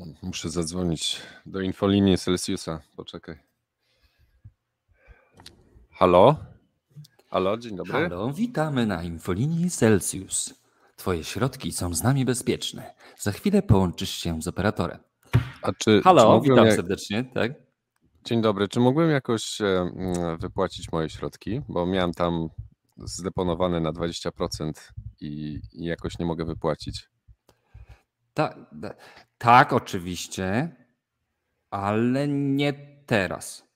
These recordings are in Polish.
Muszę zadzwonić do infolinii Celsiusa. Poczekaj. Halo? Halo, dzień dobry. Halo, witamy na infolinii Celsius. Twoje środki są z nami bezpieczne. Za chwilę połączysz się z operatorem. Halo, witam serdecznie. Tak? Dzień dobry. Czy mógłbym jakoś wypłacić moje środki? Bo miałem tam zdeponowane na 20% i jakoś nie mogę wypłacić. Tak, oczywiście, ale nie teraz.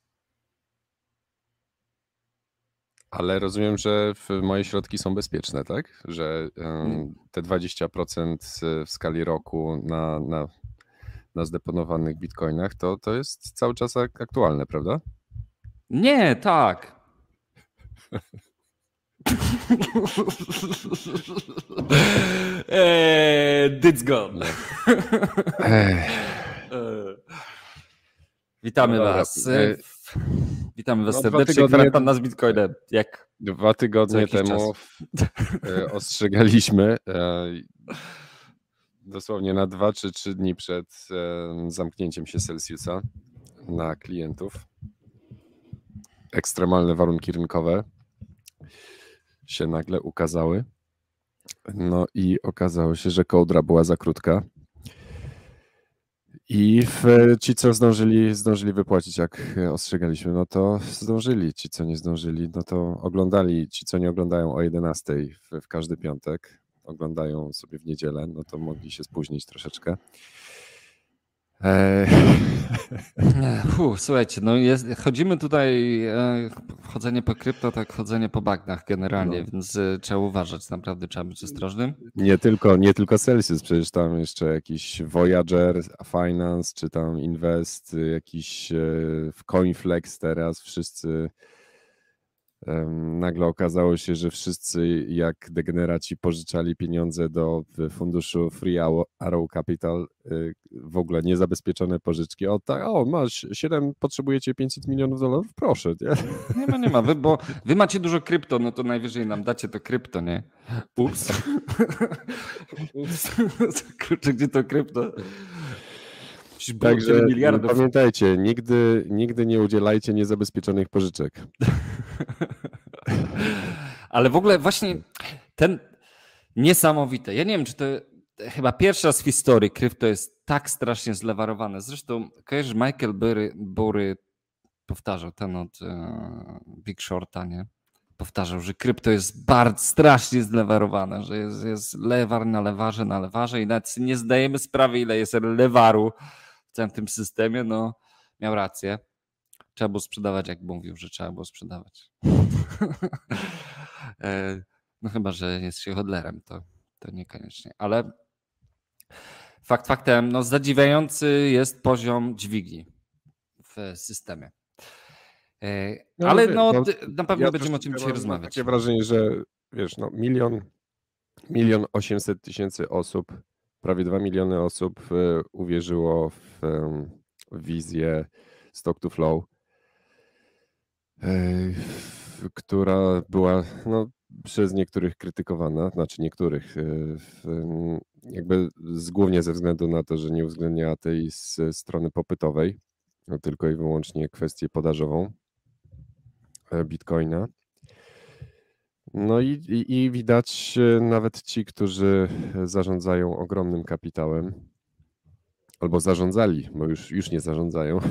Ale rozumiem, że moje środki są bezpieczne, tak? Że te 20% w skali roku na zdeponowanych bitcoinach to jest cały czas aktualne, prawda? Nie, tak. It's gone. Witamy was. Witamy was serdecznie. Kwarantanna z Bitcoinem. 2 tygodnie temu ostrzegaliśmy, dosłownie na 2 czy 3 dni przed zamknięciem się Celsiusa na klientów. Ekstremalne warunki rynkowe się nagle ukazały. No i okazało się, że kołdra była za krótka. I ci, co zdążyli wypłacić, jak ostrzegaliśmy, no to zdążyli. Ci, co nie zdążyli, no to oglądali. Ci, co nie oglądają o 11 w każdy piątek, oglądają sobie w niedzielę, no to mogli się spóźnić troszeczkę. Słuchajcie, no chodzimy tutaj, chodzenie po krypto, tak chodzenie po bagnach generalnie, więc trzeba uważać, naprawdę trzeba być ostrożnym. Nie tylko Celsius, przecież tam jeszcze jakiś Voyager, Finance, czy tam Invest, jakiś w Coinflex teraz, wszyscy nagle okazało się, że wszyscy jak degeneraci pożyczali pieniądze do funduszu Free Arrow Capital, w ogóle niezabezpieczone pożyczki. Masz 7, potrzebujecie $500 milionów, proszę. Nie ma, bo wy macie dużo krypto, no to najwyżej nam dacie to krypto, nie? Ups. Kurczę, gdzie to krypto? Także pamiętajcie, nigdy nie udzielajcie niezabezpieczonych pożyczek. Ale w ogóle właśnie ten niesamowite. Ja nie wiem, czy to chyba pierwszy raz w historii krypto jest tak strasznie zlewarowane. Zresztą kojarzysz, Michael Burry powtarzał, ten od Big Shorta, nie? Powtarzał, że krypto jest bardzo strasznie zlewarowane, że jest lewar na lewarze i nawet nie zdajemy sprawy, ile jest lewaru w całym tym systemie. No, miał rację. Trzeba było sprzedawać, jak mówił, że trzeba było sprzedawać. No chyba, że jest się hodlerem, to niekoniecznie. Ale fakt faktem, no zadziwiający jest poziom dźwigni w systemie. Ale na pewno będziemy o tym dzisiaj rozmawiać. Mam takie wrażenie, że wiesz, 1 800 000 osób, prawie 2 miliony osób uwierzyło w wizję Stock to Flow, która była przez niektórych krytykowana, znaczy niektórych, jakby głównie ze względu na to, że nie uwzględniała tej strony popytowej, tylko i wyłącznie kwestię podażową Bitcoina. No i widać nawet ci, którzy zarządzają ogromnym kapitałem, albo zarządzali, bo już nie zarządzają,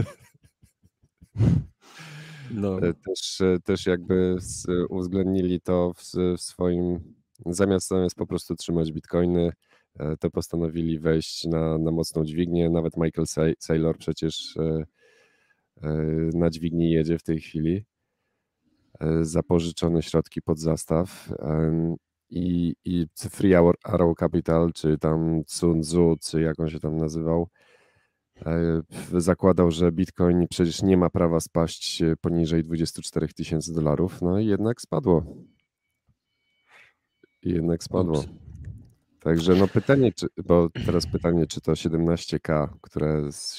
też jakby uwzględnili to w swoim, zamiast po prostu trzymać bitcoiny, to postanowili wejść na mocną dźwignię. Nawet Michael Saylor przecież na dźwigni jedzie w tej chwili za pożyczone środki pod zastaw. I Free Arrow Capital, czy tam Sun Tzu, czy jak on się tam nazywał, zakładał, że Bitcoin przecież nie ma prawa spaść poniżej $24,000, no i jednak spadło. Także pytanie, czy to 17K, które jest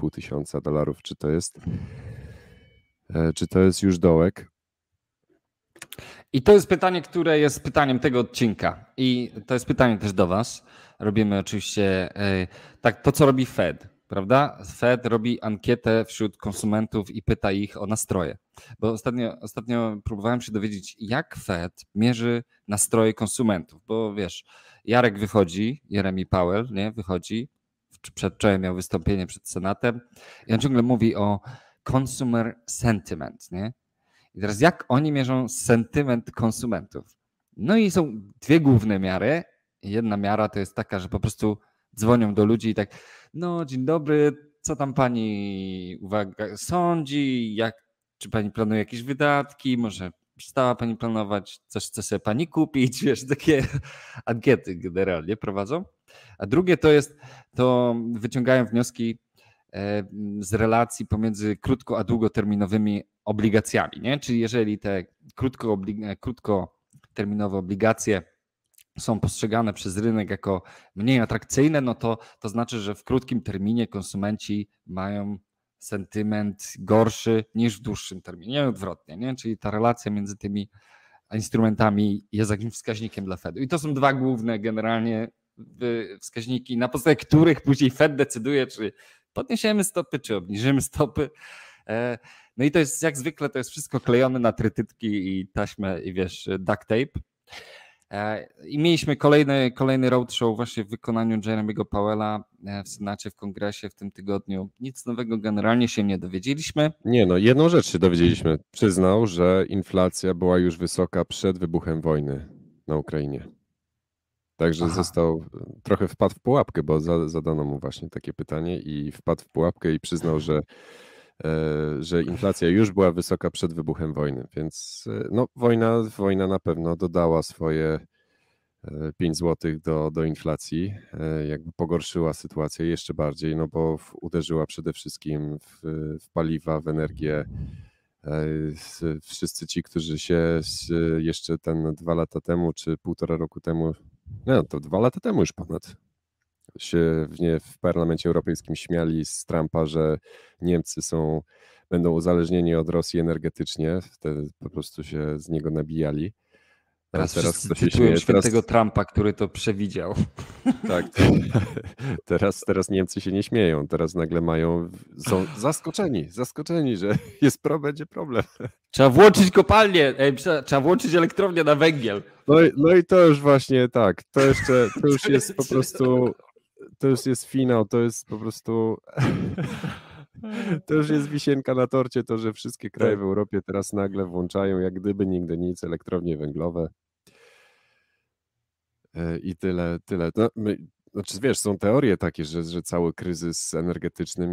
$17,500, czy to jest już dołek? I to jest pytanie, które jest pytaniem tego odcinka. I to jest pytanie też do was. Robimy oczywiście tak to, co robi Fed, prawda? Fed robi ankietę wśród konsumentów i pyta ich o nastroje. Bo ostatnio próbowałem się dowiedzieć, jak Fed mierzy nastroje konsumentów. Bo wiesz, Jarek wychodzi, Jeremy Powell, nie, wychodzi, przedwczoraj miał wystąpienie przed Senatem i on ciągle mówi o consumer sentiment, nie? I teraz jak oni mierzą sentyment konsumentów? No i są dwie główne miary. Jedna miara to jest taka, że po prostu dzwonią do ludzi i tak, no dzień dobry, co tam pani sądzi, czy pani planuje jakieś wydatki, może przestała pani planować, coś chce sobie pani kupić, wiesz, takie ankiety generalnie prowadzą. A drugie to wyciągają wnioski z relacji pomiędzy krótko a długoterminowymi obligacjami. Nie? Czyli jeżeli te krótkoterminowe obligacje są postrzegane przez rynek jako mniej atrakcyjne, no to znaczy, że w krótkim terminie konsumenci mają sentyment gorszy niż w dłuższym terminie, nie odwrotnie. Nie? Czyli ta relacja między tymi instrumentami jest jakimś wskaźnikiem dla Fedu. I to są dwa główne generalnie wskaźniki, na podstawie których później Fed decyduje, czy podniesiemy stopy, czy obniżymy stopy. No i to jest jak zwykle, to jest wszystko klejone na trytytki i taśmę i wiesz, duct tape. I mieliśmy kolejny roadshow właśnie w wykonaniu Jeremy'ego Powella w Senacie, w Kongresie w tym tygodniu. Nic nowego generalnie się nie dowiedzieliśmy. Nie, no jedną rzecz się dowiedzieliśmy. Przyznał, że inflacja była już wysoka przed wybuchem wojny na Ukrainie. Także trochę wpadł w pułapkę, bo zadano mu właśnie takie pytanie i wpadł w pułapkę i przyznał, że inflacja już była wysoka przed wybuchem wojny, więc no, wojna na pewno dodała swoje 5 zł do inflacji, jakby pogorszyła sytuację jeszcze bardziej, no bo uderzyła przede wszystkim w paliwa, w energię. Wszyscy ci, którzy się jeszcze 2 lata temu, czy 1,5 roku temu, no to 2 lata temu już ponad, się w Parlamencie Europejskim śmiali z Trumpa, że Niemcy będą uzależnieni od Rosji energetycznie, wtedy po prostu się z niego nabijali. Teraz to się śmieje. Świętego Trumpa, który to przewidział. Tak, teraz Niemcy się nie śmieją, teraz nagle są zaskoczeni, że będzie problem. Trzeba włączyć kopalnię, trzeba włączyć elektrownię na węgiel. No i to już właśnie tak, to już jest po prostu, to już jest finał, to jest po prostu, to już jest wisienka na torcie, to, że wszystkie kraje w Europie teraz nagle włączają, jak gdyby nigdy nic, elektrownie węglowe. I tyle. No, znaczy wiesz, są teorie takie, że cały kryzys energetyczny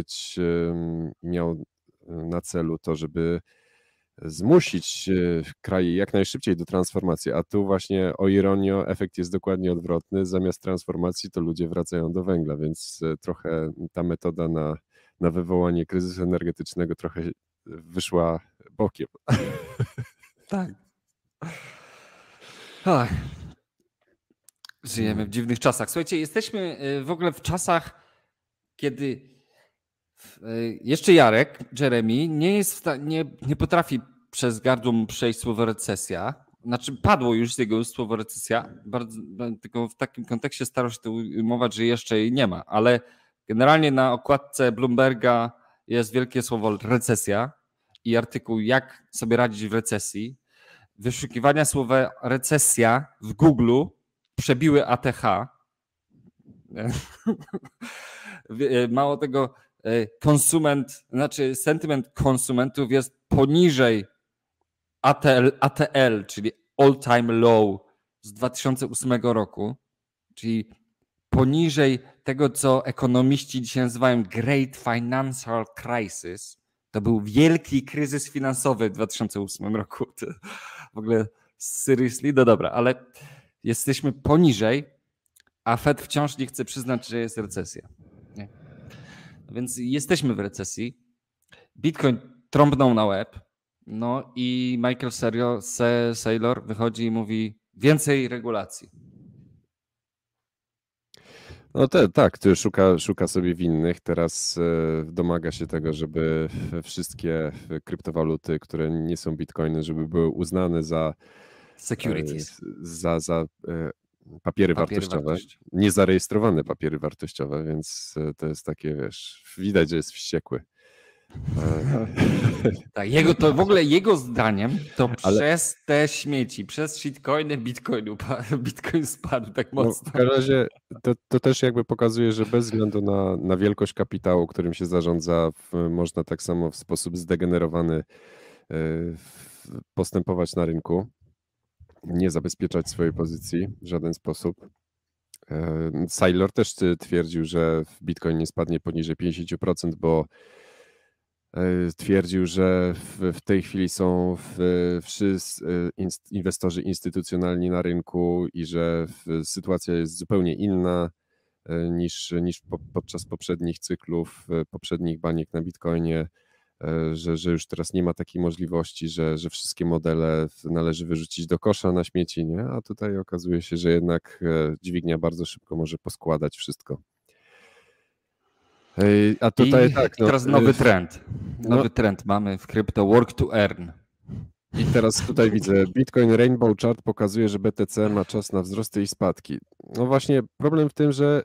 miał na celu to, żeby zmusić kraje jak najszybciej do transformacji, a tu właśnie o ironio efekt jest dokładnie odwrotny. Zamiast transformacji to ludzie wracają do węgla, więc trochę ta metoda na wywołanie kryzysu energetycznego trochę wyszła bokiem. Tak. Żyjemy w dziwnych czasach. Słuchajcie, jesteśmy w ogóle w czasach, kiedy jeszcze Jarek, Jeremy, nie potrafi przez gardło mu przejść słowo recesja. Znaczy padło już z jego słowo recesja, tylko w takim kontekście starał się to ujmować, że jeszcze jej nie ma, ale generalnie na okładce Bloomberga jest wielkie słowo recesja i artykuł jak sobie radzić w recesji. Wyszukiwania słowa recesja w Google przebiły ATH. Mało tego, sentyment konsumentów jest poniżej ATL, czyli all time low z 2008 roku, czyli poniżej tego, co ekonomiści dzisiaj nazywają Great Financial Crisis. To był wielki kryzys finansowy w 2008 roku. To w ogóle seriously? No dobra, ale jesteśmy poniżej, a Fed wciąż nie chce przyznać, że jest recesja. Nie? Więc jesteśmy w recesji. Bitcoin trąbnął na łeb. No i Michael Saylor wychodzi i mówi więcej regulacji. No tak, ty szuka sobie winnych, teraz domaga się tego, żeby wszystkie kryptowaluty, które nie są bitcoiny, żeby były uznane Securities, za papiery wartościowe, wartości. niezarejestrowane papiery wartościowe, więc to jest takie, wiesz, widać, że jest wściekły. Tak, to w ogóle jego zdaniem to przez te śmieci, przez shitcoiny, bitcoin spadł tak mocno. No, w każdym razie to też jakby pokazuje, że bez względu na wielkość kapitału, którym się zarządza, można tak samo w sposób zdegenerowany postępować na rynku, nie zabezpieczać swojej pozycji w żaden sposób. Saylor też twierdził, że Bitcoin nie spadnie poniżej 50%, bo twierdził, że w tej chwili są wszyscy inwestorzy instytucjonalni na rynku i że sytuacja jest zupełnie inna niż podczas poprzednich cyklów, poprzednich baniek na Bitcoinie, że już teraz nie ma takiej możliwości, że wszystkie modele należy wyrzucić do kosza na śmieci, nie? A tutaj okazuje się, że jednak dźwignia bardzo szybko może poskładać wszystko. A tutaj tak. Teraz nowy trend. Nowy trend mamy w krypto, work to earn. I teraz tutaj widzę, Bitcoin Rainbow Chart pokazuje, że BTC ma czas na wzrosty i spadki. No właśnie, problem w tym, że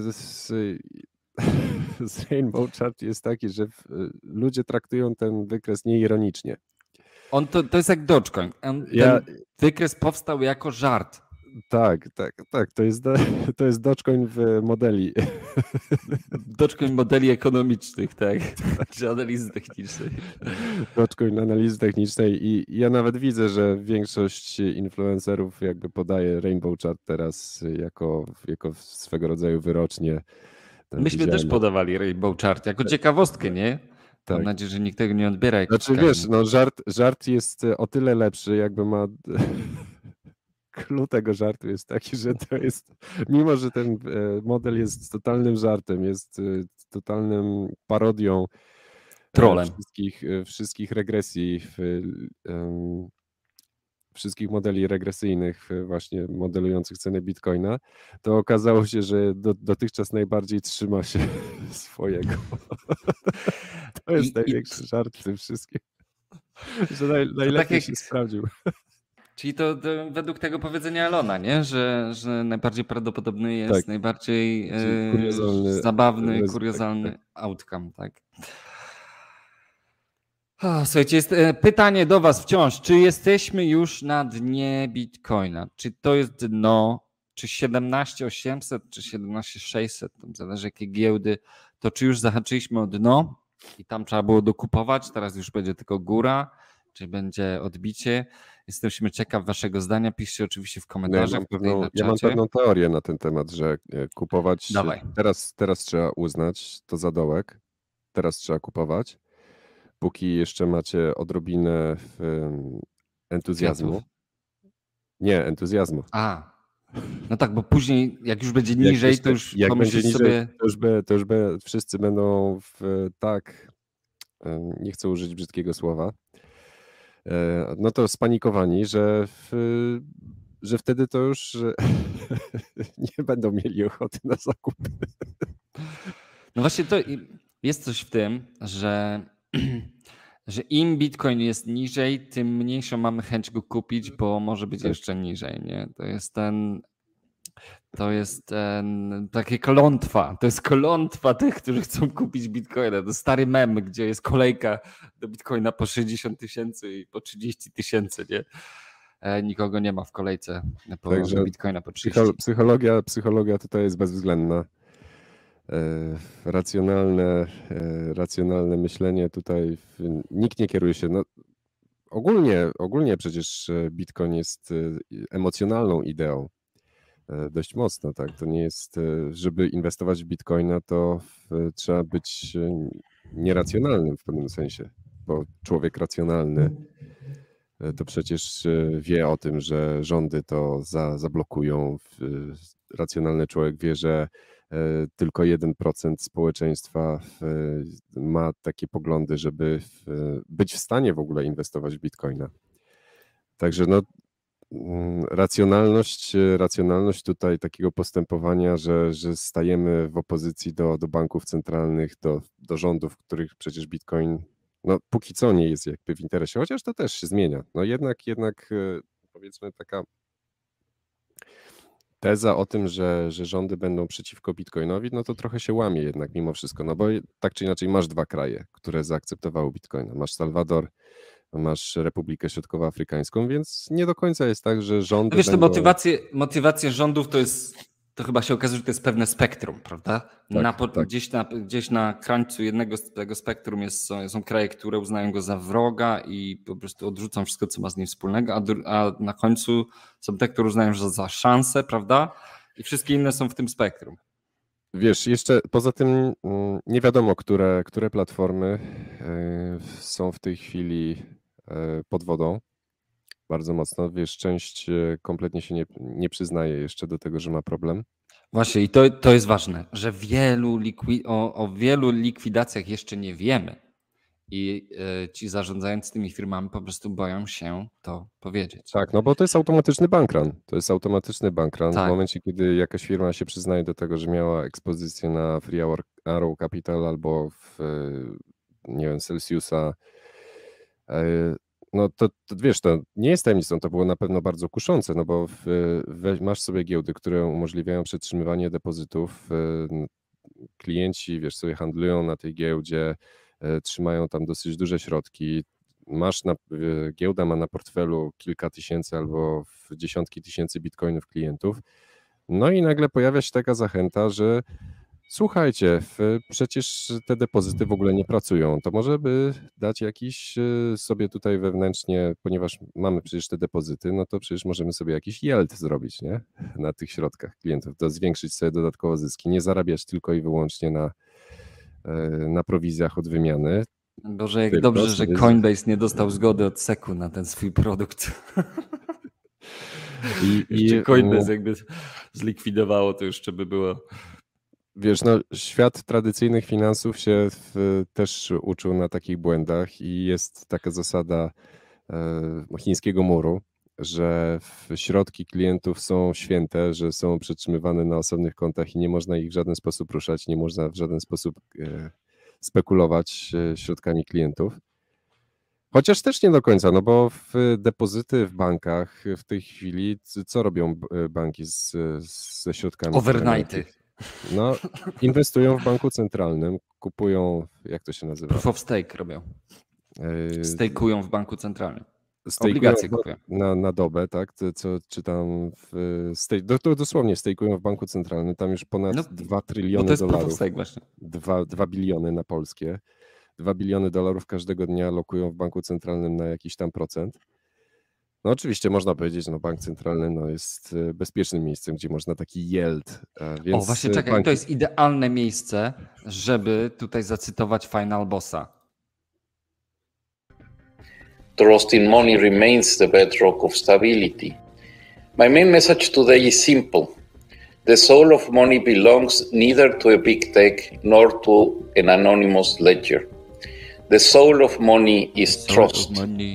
z Rainbow Chart jest taki, że ludzie traktują ten wykres nieironicznie. To jest jak Dogecoin. Ten wykres powstał jako żart. Tak. To jest Dogecoin w modeli. Dogecoin modeli ekonomicznych, tak. Czy analizy technicznej. Dogecoin analizy technicznej i ja nawet widzę, że większość influencerów jakby podaje Rainbow Chart teraz jako swego rodzaju wyrocznie. Myśmy też podawali Rainbow Chart jako ciekawostkę, nie? Tak. Mam nadzieję, że nikt tego nie odbiera. Znaczy wiesz, no żart jest o tyle lepszy, jakby ma... Clue tego żartu jest taki, że to jest, mimo że ten model jest totalnym żartem, jest totalnym parodią trolem wszystkich regresji, wszystkich modeli regresyjnych właśnie modelujących cenę Bitcoina, to okazało się, że dotychczas najbardziej trzyma się swojego. To jest największy żart w tym wszystkim, że najlepiej się sprawdził. Czyli to według tego powiedzenia Elona, nie? Że najbardziej prawdopodobny jest najbardziej zabawny, kuriozalny outcome, tak? Słuchajcie, jest pytanie do was wciąż. Czy jesteśmy już na dnie Bitcoina? Czy to jest dno? Czy 17800, czy 17600, tam zależy jakie giełdy, to czy już zahaczyliśmy o dno i tam trzeba było dokupować, teraz już będzie tylko góra, czy będzie odbicie? Jesteśmy ciekaw waszego zdania, piszcie oczywiście w komentarzach. Ja mam pewną teorię na ten temat, że kupować, teraz trzeba uznać to za dołek, teraz trzeba kupować, póki jeszcze macie odrobinę entuzjazmu. Nie, entuzjazmu. No tak, bo później jak już będzie niżej, to już jak będzie niżej, sobie... to już wszyscy będą nie chcę użyć brzydkiego słowa, no to spanikowani, że wtedy to już nie będą mieli ochoty na zakup. No właśnie to jest coś w tym, że im Bitcoin jest niżej, tym mniejszą mamy chęć go kupić, bo może być jeszcze niżej, nie? To jest takie klątwa. To jest klątwa tych, którzy chcą kupić Bitcoina. To stary mem, gdzie jest kolejka do Bitcoina po 60 000 i po 30 000, nie? Nikogo nie ma w kolejce do Bitcoina po 30. Psychologia tutaj jest bezwzględna. Racjonalne myślenie tutaj nikt nie kieruje się. No, ogólnie przecież Bitcoin jest emocjonalną ideą. Dość mocno, tak. To nie jest, żeby inwestować w Bitcoina, to trzeba być nieracjonalnym w pewnym sensie, bo człowiek racjonalny to przecież wie o tym, że rządy to zablokują. Racjonalny człowiek wie, że tylko 1% społeczeństwa ma takie poglądy, żeby być w stanie w ogóle inwestować w Bitcoina. Także no, racjonalność tutaj takiego postępowania, że stajemy w opozycji do banków centralnych, do rządów, których przecież Bitcoin no póki co nie jest jakby w interesie, chociaż to też się zmienia. No jednak powiedzmy taka teza o tym, że rządy będą przeciwko Bitcoinowi, no to trochę się łamie jednak mimo wszystko, no bo tak czy inaczej masz dwa kraje, które zaakceptowały Bitcoina. Masz Salwador, masz Republikę Środkowoafrykańską, więc nie do końca jest tak, że rządy No wiesz, będą... motywacje rządów to chyba się okazuje, że to jest pewne spektrum, prawda? Tak. Gdzieś na krańcu jednego z tego spektrum są kraje, które uznają go za wroga i po prostu odrzucą wszystko, co ma z nim wspólnego, a na końcu są te, które uznają za szansę, prawda? I wszystkie inne są w tym spektrum. Wiesz, jeszcze poza tym nie wiadomo, które platformy są w tej chwili pod wodą bardzo mocno. Wiesz, część kompletnie się nie przyznaje jeszcze do tego, że ma problem. Właśnie i to jest ważne, że o wielu likwidacjach jeszcze nie wiemy i ci zarządzający tymi firmami po prostu boją się to powiedzieć. Tak, no bo to jest automatyczny bankrun. To jest automatyczny bankrun. Tak. W momencie, kiedy jakaś firma się przyznaje do tego, że miała ekspozycję na Free Arrow Capital albo w, nie wiem, Celsiusa, no to wiesz, to nie jest tajemnicą, to było na pewno bardzo kuszące, no bo masz sobie giełdy, które umożliwiają przetrzymywanie depozytów. Klienci, wiesz, sobie handlują na tej giełdzie, trzymają tam dosyć duże środki. Giełda ma na portfelu kilka tysięcy albo dziesiątki tysięcy bitcoinów klientów. No i nagle pojawia się taka zachęta, że słuchajcie, przecież te depozyty w ogóle nie pracują. To może by dać jakiś sobie tutaj wewnętrznie, ponieważ mamy przecież te depozyty, no to przecież możemy sobie jakiś yield zrobić, nie? Na tych środkach klientów, to zwiększyć sobie dodatkowo zyski, nie zarabiać tylko i wyłącznie na prowizjach od wymiany. Boże, jak dobrze, że Coinbase nie dostał zgody od SEC-u na ten swój produkt. I Coinbase jakby zlikwidowało, to jeszcze by było... Wiesz, no świat tradycyjnych finansów się też uczył na takich błędach i jest taka zasada chińskiego muru, że środki klientów są święte, że są przetrzymywane na osobnych kontach i nie można ich w żaden sposób ruszać, nie można w żaden sposób spekulować środkami klientów. Chociaż też nie do końca, no bo depozyty w bankach w tej chwili, co robią banki ze środkami? Overnighty. No, inwestują w banku centralnym, kupują, jak to się nazywa? Proof of stake robią. Stejkują w banku centralnym. Stejkują obligacje kupują. Na dobę, tak? Czy tam dosłownie stejkują w banku centralnym, tam już ponad 2 tryliony to jest dolarów. proof of stake właśnie. 2 biliony na polskie. 2 biliony dolarów każdego dnia lokują w banku centralnym na jakiś tam procent. No oczywiście można powiedzieć, że bank centralny jest bezpiecznym miejscem, gdzie można taki yield. Więc właśnie czekaj, to jest idealne miejsce, żeby tutaj zacytować Final Bossa. Trust in money remains the bedrock of stability. My main message today is simple. The soul of money belongs neither to a big tech nor to an anonymous ledger. The soul of money is trust.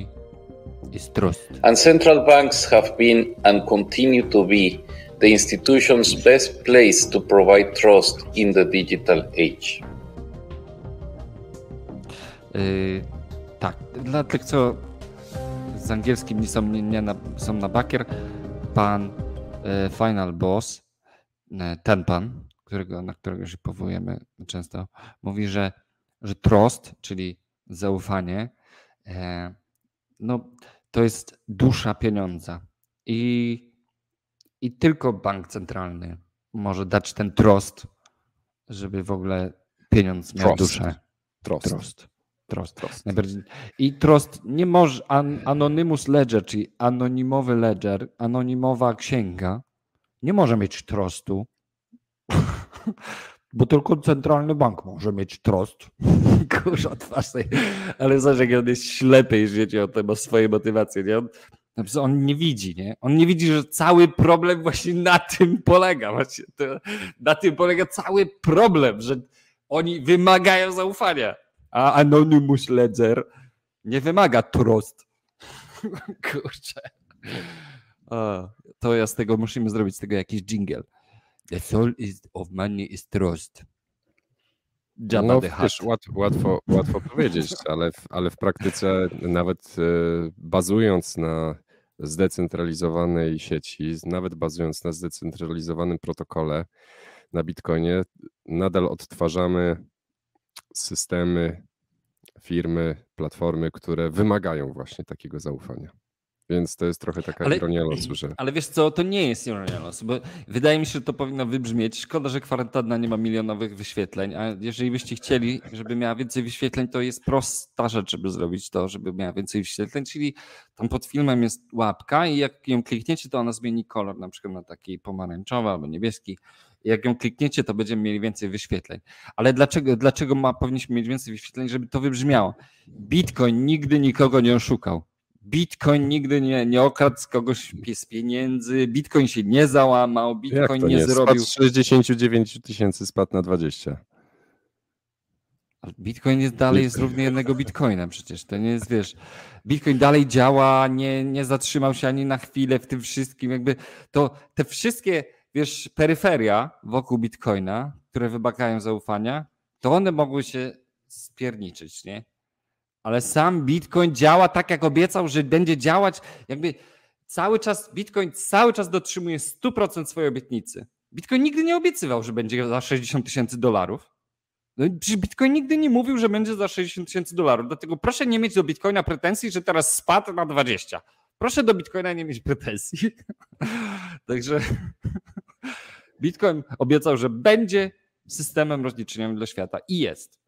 And central banks have been and continue to be the institution's best place to provide trust in the digital age. Tak, dla tych, co z angielskim nie są na bakier, pan Final Boss, ten pan, na którego się powołujemy często, mówi, że trust, czyli zaufanie, to jest dusza pieniądza i tylko bank centralny może dać ten trust, żeby w ogóle pieniądz miał duszę. Trust. Najbardziej. I trust nie może, anonymous ledger, czyli anonimowy ledger, anonimowa księga nie może mieć trustu, bo tylko centralny bank może mieć trust. Kurwa, twarz sobie. Ale zobacz, jak on jest ślepy, jeżeli o tym, o swojej motywacji. Nie? On nie widzi, nie? On nie widzi, że cały problem właśnie na tym polega. Właśnie na tym polega cały problem, że oni wymagają zaufania, a anonymous ledger nie wymaga trust. Kurczę. To ja z tego musimy zrobić z tego jakiś jingle. The soul of money is trust. Jabba No the Hutt. wiesz, łatwo powiedzieć, ale w praktyce nawet bazując na zdecentralizowanej sieci, nawet bazując na zdecentralizowanym protokole na Bitcoinie, nadal odtwarzamy systemy, firmy, platformy, które wymagają właśnie takiego zaufania. Więc to jest trochę taka ironia losu, że... Ale wiesz co, to nie jest ironia losu, bo wydaje mi się, że to powinno wybrzmieć. Szkoda, że kwarantanna nie ma milionowych wyświetleń, a jeżeli byście chcieli, żeby miała więcej wyświetleń, to jest prosta rzecz, żeby zrobić to, żeby miała więcej wyświetleń, czyli tam pod filmem jest łapka i jak ją klikniecie, to ona zmieni kolor, na przykład na taki pomarańczowy albo niebieski. Jak ją klikniecie, to będziemy mieli więcej wyświetleń. Ale dlaczego powinniśmy mieć więcej wyświetleń, żeby to wybrzmiało? Bitcoin nigdy nikogo nie oszukał. Bitcoin nigdy nie okradł z kogoś z pieniędzy, Bitcoin się nie załamał, Bitcoin nie zrobił... Spadł z 69 000 spadł na 20. Ale Bitcoin dalej jest równy jednego Bitcoina przecież, to nie jest, wiesz, Bitcoin dalej działa, nie zatrzymał się ani na chwilę w tym wszystkim, jakby to te wszystkie, wiesz, peryferia wokół Bitcoina, które wymagają zaufania, to one mogły się spierniczyć, nie? Ale sam Bitcoin działa tak, jak obiecał, że będzie działać. Jakby Bitcoin cały czas dotrzymuje 100% swojej obietnicy. Bitcoin nigdy nie obiecywał, że będzie za $60 000. No, przecież Bitcoin nigdy nie mówił, że będzie za $60 000. Dlatego proszę nie mieć do Bitcoina pretensji, że teraz spadł na 20. Proszę do Bitcoina nie mieć pretensji. Także Bitcoin obiecał, że będzie systemem rozliczeniowym dla świata i jest.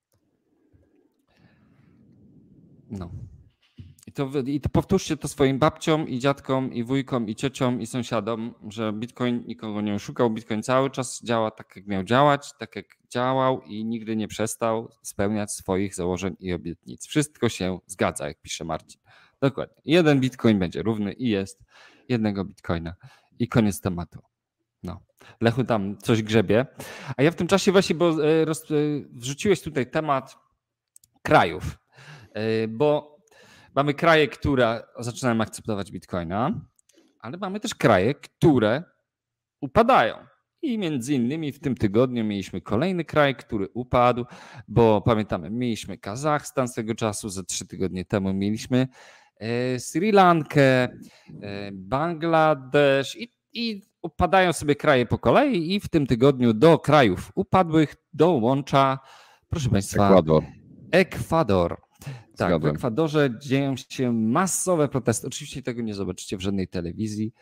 No. I to powtórzcie to swoim babciom i dziadkom i wujkom i ciociom i sąsiadom, że Bitcoin nikogo nie oszukał. Bitcoin cały czas działa tak, jak miał działać, tak jak działał i nigdy nie przestał spełniać swoich założeń i obietnic. Wszystko się zgadza, jak pisze Marcin. Dokładnie. Jeden Bitcoin będzie równy i jest jednego Bitcoina. I koniec tematu. No. Lechu tam coś grzebie. A ja w tym czasie właśnie, bo wrzuciłeś tutaj temat krajów. Bo mamy kraje, które zaczynają akceptować Bitcoina, ale mamy też kraje, które upadają. I między innymi w tym tygodniu mieliśmy kolejny kraj, który upadł, bo pamiętamy, mieliśmy Kazachstan swego czasu, ze 3 tygodnie temu mieliśmy Sri Lankę, Bangladesz i upadają sobie kraje po kolei i w tym tygodniu do krajów upadłych dołącza, proszę Państwa, Ekwador. Tak, w Ekwadorze dzieją się masowe protesty. Oczywiście tego nie zobaczycie w żadnej telewizji.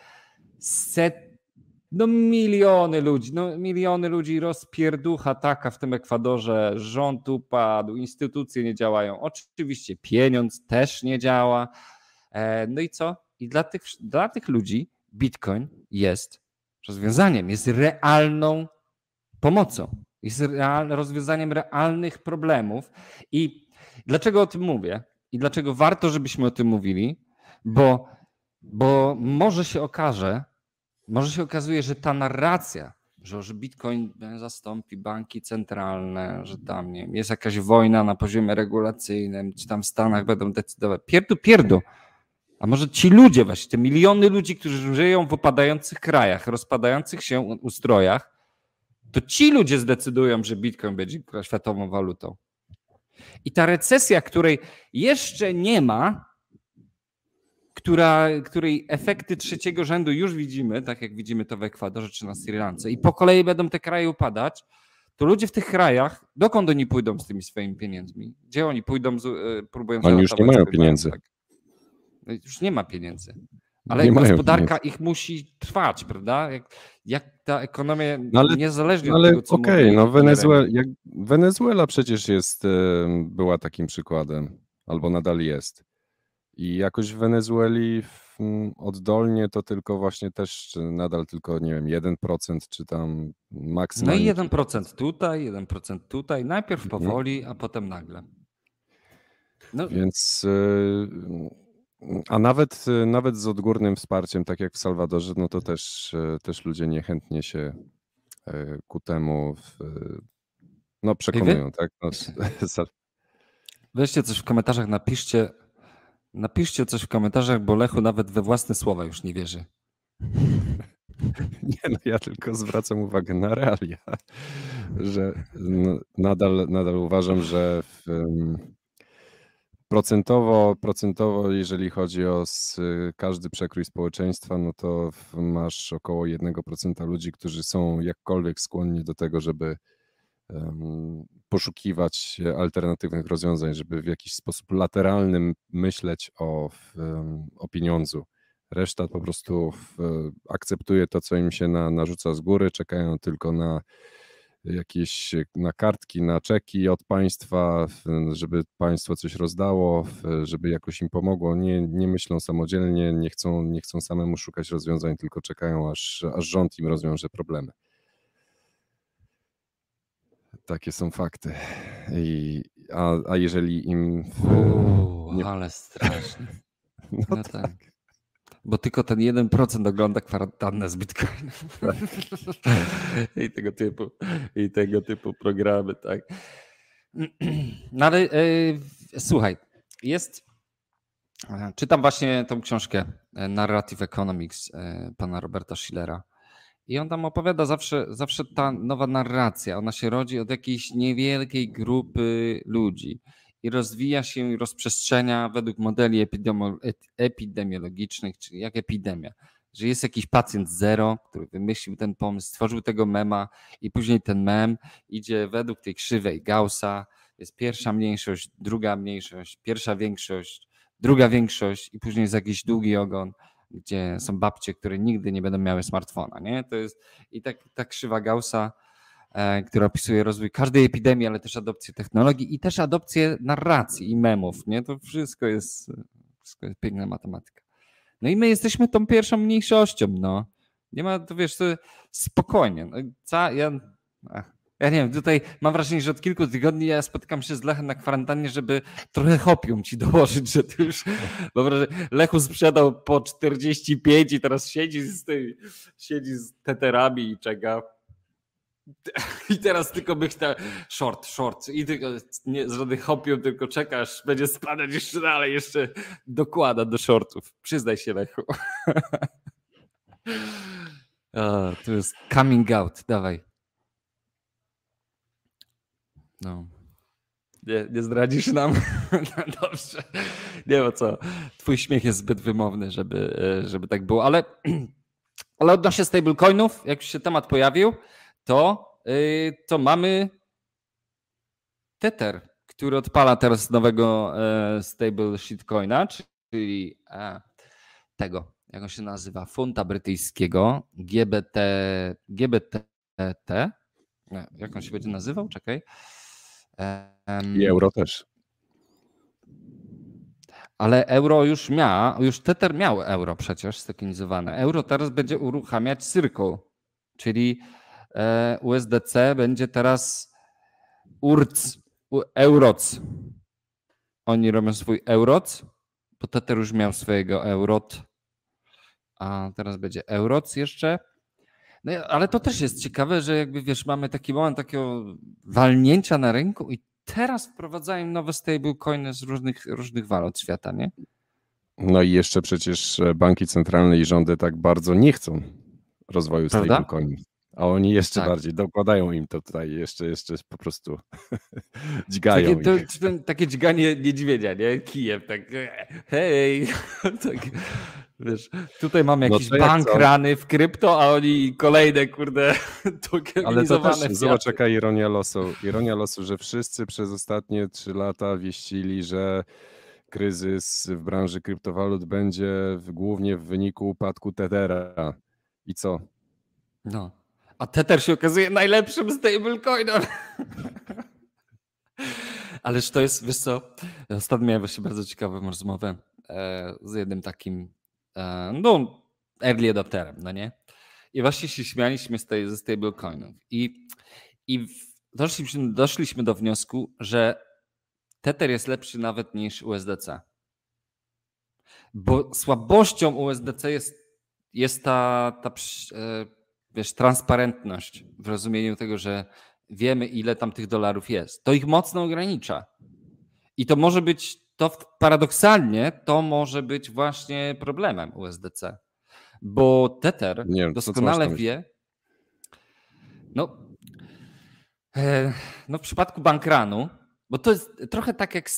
Miliony ludzi, rozpierducha taka w tym Ekwadorze. Rząd upadł, instytucje nie działają. Oczywiście pieniądz też nie działa. No i co? I dla tych ludzi Bitcoin jest rozwiązaniem, jest realną pomocą. Jest rozwiązaniem realnych problemów. I dlaczego o tym mówię? I dlaczego warto, żebyśmy o tym mówili? Bo może się okazuje, że ta narracja, że Bitcoin zastąpi banki centralne, że tam nie wiem, jest jakaś wojna na poziomie regulacyjnym, czy tam w Stanach będą decydować. Pierdu. A może ci ludzie właśnie, te miliony ludzi, którzy żyją w upadających krajach, rozpadających się ustrojach, to ci ludzie zdecydują, że Bitcoin będzie światową walutą. I ta recesja, której jeszcze nie ma, której efekty trzeciego rzędu już widzimy, tak jak widzimy to w Ekwadorze czy na Sri Lance, i po kolei będą te kraje upadać, to ludzie w tych krajach, dokąd oni pójdą z tymi swoimi pieniędzmi? Gdzie oni pójdą, próbują Oni już nie mają pieniędzy. Już nie ma pieniędzy. Ale gospodarka ich musi trwać, prawda? Jak ta ekonomia, niezależnie od tego, co Wenezuela przecież była takim przykładem, albo nadal jest. I jakoś w Wenezueli oddolnie to tylko właśnie też nadal tylko, nie wiem, 1% czy tam maksymalnie. No i 1% tutaj, 1% tutaj. Najpierw powoli, a potem nagle. No. Więc... A nawet z odgórnym wsparciem, tak jak w Salwadorze, no to też ludzie niechętnie się ku temu przekonują. Tak? Weźcie coś w komentarzach, napiszcie napiszcie coś w komentarzach, bo Lechu nawet we własne słowa już nie wierzy. Nie, no ja tylko zwracam uwagę na realia, że nadal uważam, że procentowo, jeżeli chodzi o każdy przekrój społeczeństwa, no to masz około 1% ludzi, którzy są jakkolwiek skłonni do tego, żeby poszukiwać alternatywnych rozwiązań, żeby w jakiś sposób lateralnym myśleć o pieniądzu. Reszta po prostu akceptuje to, co im się narzuca z góry, czekają tylko na jakieś kartki, na czeki od państwa, żeby państwo coś rozdało, żeby jakoś im pomogło. Nie myślą samodzielnie, nie chcą samemu szukać rozwiązań, tylko czekają, aż rząd im rozwiąże problemy. Takie są fakty. A jeżeli im... Ale strasznie. No tak. Bo tylko ten 1% ogląda kwarantannę z Bitcoinem. I tego typu programy, tak. No ale słuchaj, czytam właśnie tą książkę Narrative Economics pana Roberta Shillera i on tam opowiada zawsze ta nowa narracja, ona się rodzi od jakiejś niewielkiej grupy ludzi i rozwija się i rozprzestrzenia według modeli epidemiologicznych, czyli jak epidemia. Że jest jakiś pacjent zero, który wymyślił ten pomysł, stworzył tego mema i później ten mem idzie według tej krzywej Gaussa. Jest pierwsza mniejszość, druga mniejszość, pierwsza większość, druga większość i później jest jakiś długi ogon, gdzie są babcie, które nigdy nie będą miały smartfona. Nie? To jest i ta krzywa Gaussa, która opisuje rozwój każdej epidemii, ale też adopcję technologii i też adopcję narracji i memów. Nie? To wszystko jest piękna matematyka. No i my jesteśmy tą pierwszą mniejszością. No. Nie ma, to wiesz, to spokojnie. No, ja nie wiem, tutaj mam wrażenie, że od kilku tygodni ja spotykam się z Lechem na kwarantannie, żeby trochę hopium ci dołożyć, że ty już, mam wrażenie, Lechu sprzedał po 45 i teraz siedzi z teterami i czeka. I teraz tylko short i tylko nie żadnych hopium, tylko czekasz, będzie spadać jeszcze dalej, jeszcze dokłada do shortów. Przyznaj się, Lechu. To jest coming out, dawaj. No. Nie zdradzisz nam? Dobrze. Nie wiem co. Twój śmiech jest zbyt wymowny, żeby tak było, ale odnośnie stablecoinów, jak już się temat pojawił, to mamy Tether, który odpala teraz nowego stable shitcoina, czyli tego, jak on się nazywa, funta brytyjskiego, GBTT. Nie, jak on się będzie nazywał? Czekaj. I euro też. Ale euro już Tether miał euro przecież stokenizowane. Euro teraz będzie uruchamiać Circle, czyli USDC będzie teraz Euroc. Oni robią swój Euroc, bo Tether już miał swojego Eurot, a teraz będzie Euroc jeszcze. No, ale to też jest ciekawe, że jakby wiesz, mamy taki moment takiego walnięcia na rynku i teraz wprowadzają nowe stablecoiny z różnych walut świata, nie? No i jeszcze przecież banki centralne i rządy tak bardzo nie chcą rozwoju stablecoinów. A oni jeszcze bardziej dokładają im to tutaj, jeszcze po prostu dźgają takie dźganie niedźwiedzia, nie? Kijem, tak hej, tak, wiesz, tutaj mamy jakiś bank rany w krypto, a oni kolejne, kurde, tokenizowane. Ale to też, zobacz jaka ironia losu. Ironia losu, że wszyscy przez ostatnie 3 lata wieścili, że kryzys w branży kryptowalut będzie głównie w wyniku upadku Tethera. I co? No. A Tether się okazuje najlepszym stablecoinem. Ależ to jest, wiesz co, ostatnio miałem właśnie bardzo ciekawą rozmowę z jednym takim early adopterem, no nie? I właśnie się śmialiśmy ze stablecoinów. I doszliśmy do wniosku, że Tether jest lepszy nawet niż USDC. Bo słabością USDC jest ta wiesz, transparentność w rozumieniu tego, że wiemy, ile tam tych dolarów jest. To ich mocno ogranicza. I to może być to paradoksalnie to może być właśnie problemem USDC, bo Tether doskonale wie, no w przypadku Bankrunu, bo to jest trochę tak jak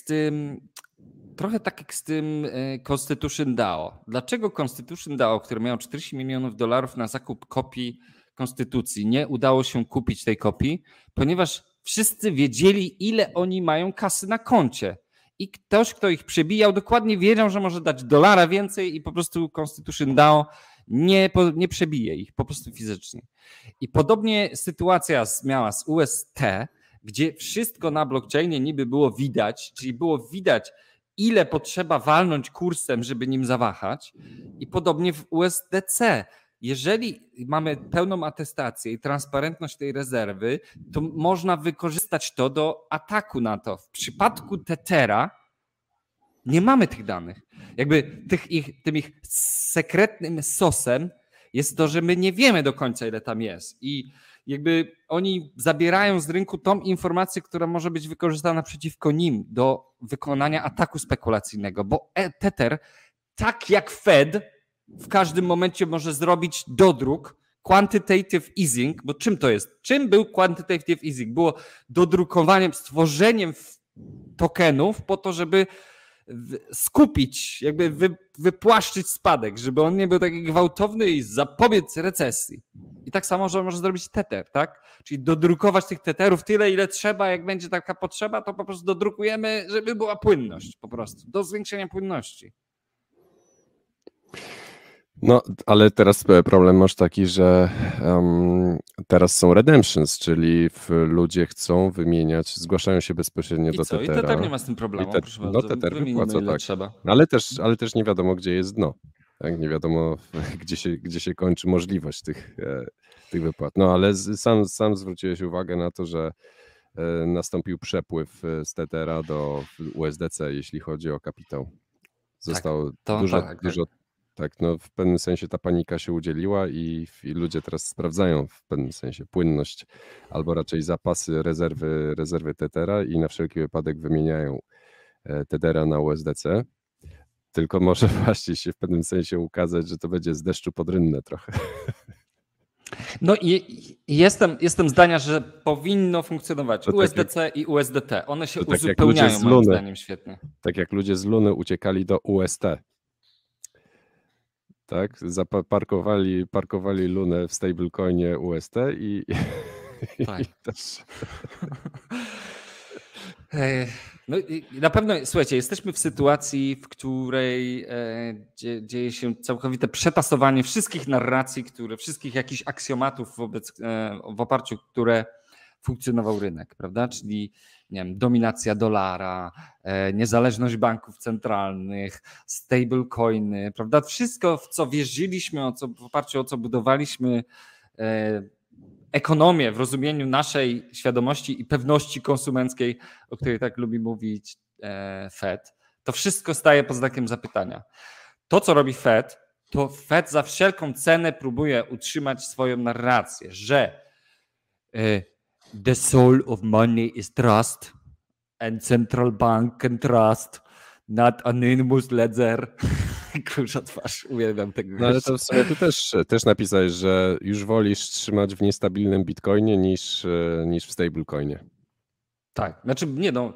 z tym Constitution DAO. Dlaczego Constitution DAO, które miało $40 milionów na zakup kopii konstytucji, nie udało się kupić tej kopii? Ponieważ wszyscy wiedzieli, ile oni mają kasy na koncie. I ktoś, kto ich przebijał, dokładnie wiedział, że może dać $1 więcej i po prostu Constitution DAO nie przebije ich, po prostu fizycznie. I podobnie sytuacja miała z UST, gdzie wszystko na blockchainie niby było widać, czyli było widać, ile potrzeba walnąć kursem, żeby nim zawahać. I podobnie w USDC. Jeżeli mamy pełną atestację i transparentność tej rezerwy, to można wykorzystać to do ataku na to. W przypadku Tethera nie mamy tych danych. Jakby tym ich sekretnym sosem jest to, że my nie wiemy do końca, ile tam jest. I jakby oni zabierają z rynku tą informację, która może być wykorzystana przeciwko nim do wykonania ataku spekulacyjnego, bo Tether, tak jak Fed, w każdym momencie może zrobić dodruk, quantitative easing, bo czym to jest? Czym był quantitative easing? Było dodrukowaniem, stworzeniem tokenów po to, żeby skupić, jakby wypłaszczyć spadek, żeby on nie był taki gwałtowny i zapobiec recesji. I tak samo, że może zrobić Tether, tak? Czyli dodrukować tych Tetherów tyle, ile trzeba, jak będzie taka potrzeba, to po prostu dodrukujemy, żeby była płynność po prostu, do zwiększenia płynności. No, ale teraz problem masz taki, że teraz są redemptions, czyli ludzie chcą wymieniać, zgłaszają się bezpośrednio do Tethera. I Tether nie ma z tym problemu, proszę bardzo. Tether wypłaca, tak. Trzeba. Ale też nie wiadomo, gdzie jest dno. Tak? Nie wiadomo, gdzie się kończy możliwość tych wypłat. No, ale sam zwróciłeś uwagę na to, że nastąpił przepływ z Tethera do USDC, jeśli chodzi o kapitał. Zostało dużo. Tak, no w pewnym sensie ta panika się udzieliła i ludzie teraz sprawdzają w pewnym sensie płynność albo raczej zapasy rezerwy Tethera i na wszelki wypadek wymieniają Tethera na USDC. Tylko może właśnie się w pewnym sensie ukazać, że to będzie z deszczu pod rynnę trochę. No i jestem zdania, że powinno funkcjonować to USDC i USDT. One się uzupełniają moim zdaniem świetnie. Tak jak ludzie z Luny uciekali do UST. Tak, parkowali Lunę w stablecoinie UST i tak. I też... No i na pewno, słuchajcie, jesteśmy w sytuacji, w której dzieje się całkowite przetasowanie wszystkich narracji, wszystkich jakichś aksjomatów w oparciu o które funkcjonował rynek, prawda? Czyli nie wiem, dominacja dolara, niezależność banków centralnych, stablecoiny, prawda? Wszystko, w co wierzyliśmy, w oparciu o co budowaliśmy ekonomię w rozumieniu naszej świadomości i pewności konsumenckiej, o której tak lubi mówić Fed, to wszystko staje pod znakiem zapytania. To, co robi Fed, to Fed za wszelką cenę próbuje utrzymać swoją narrację, że the soul of money is trust and central bank can trust, not anonymous ledger. Kurza twarz, uwielbiam tego. No ale to w sumie ty też napisałeś, że już wolisz trzymać w niestabilnym bitcoinie niż w stablecoinie. Tak, znaczy nie no,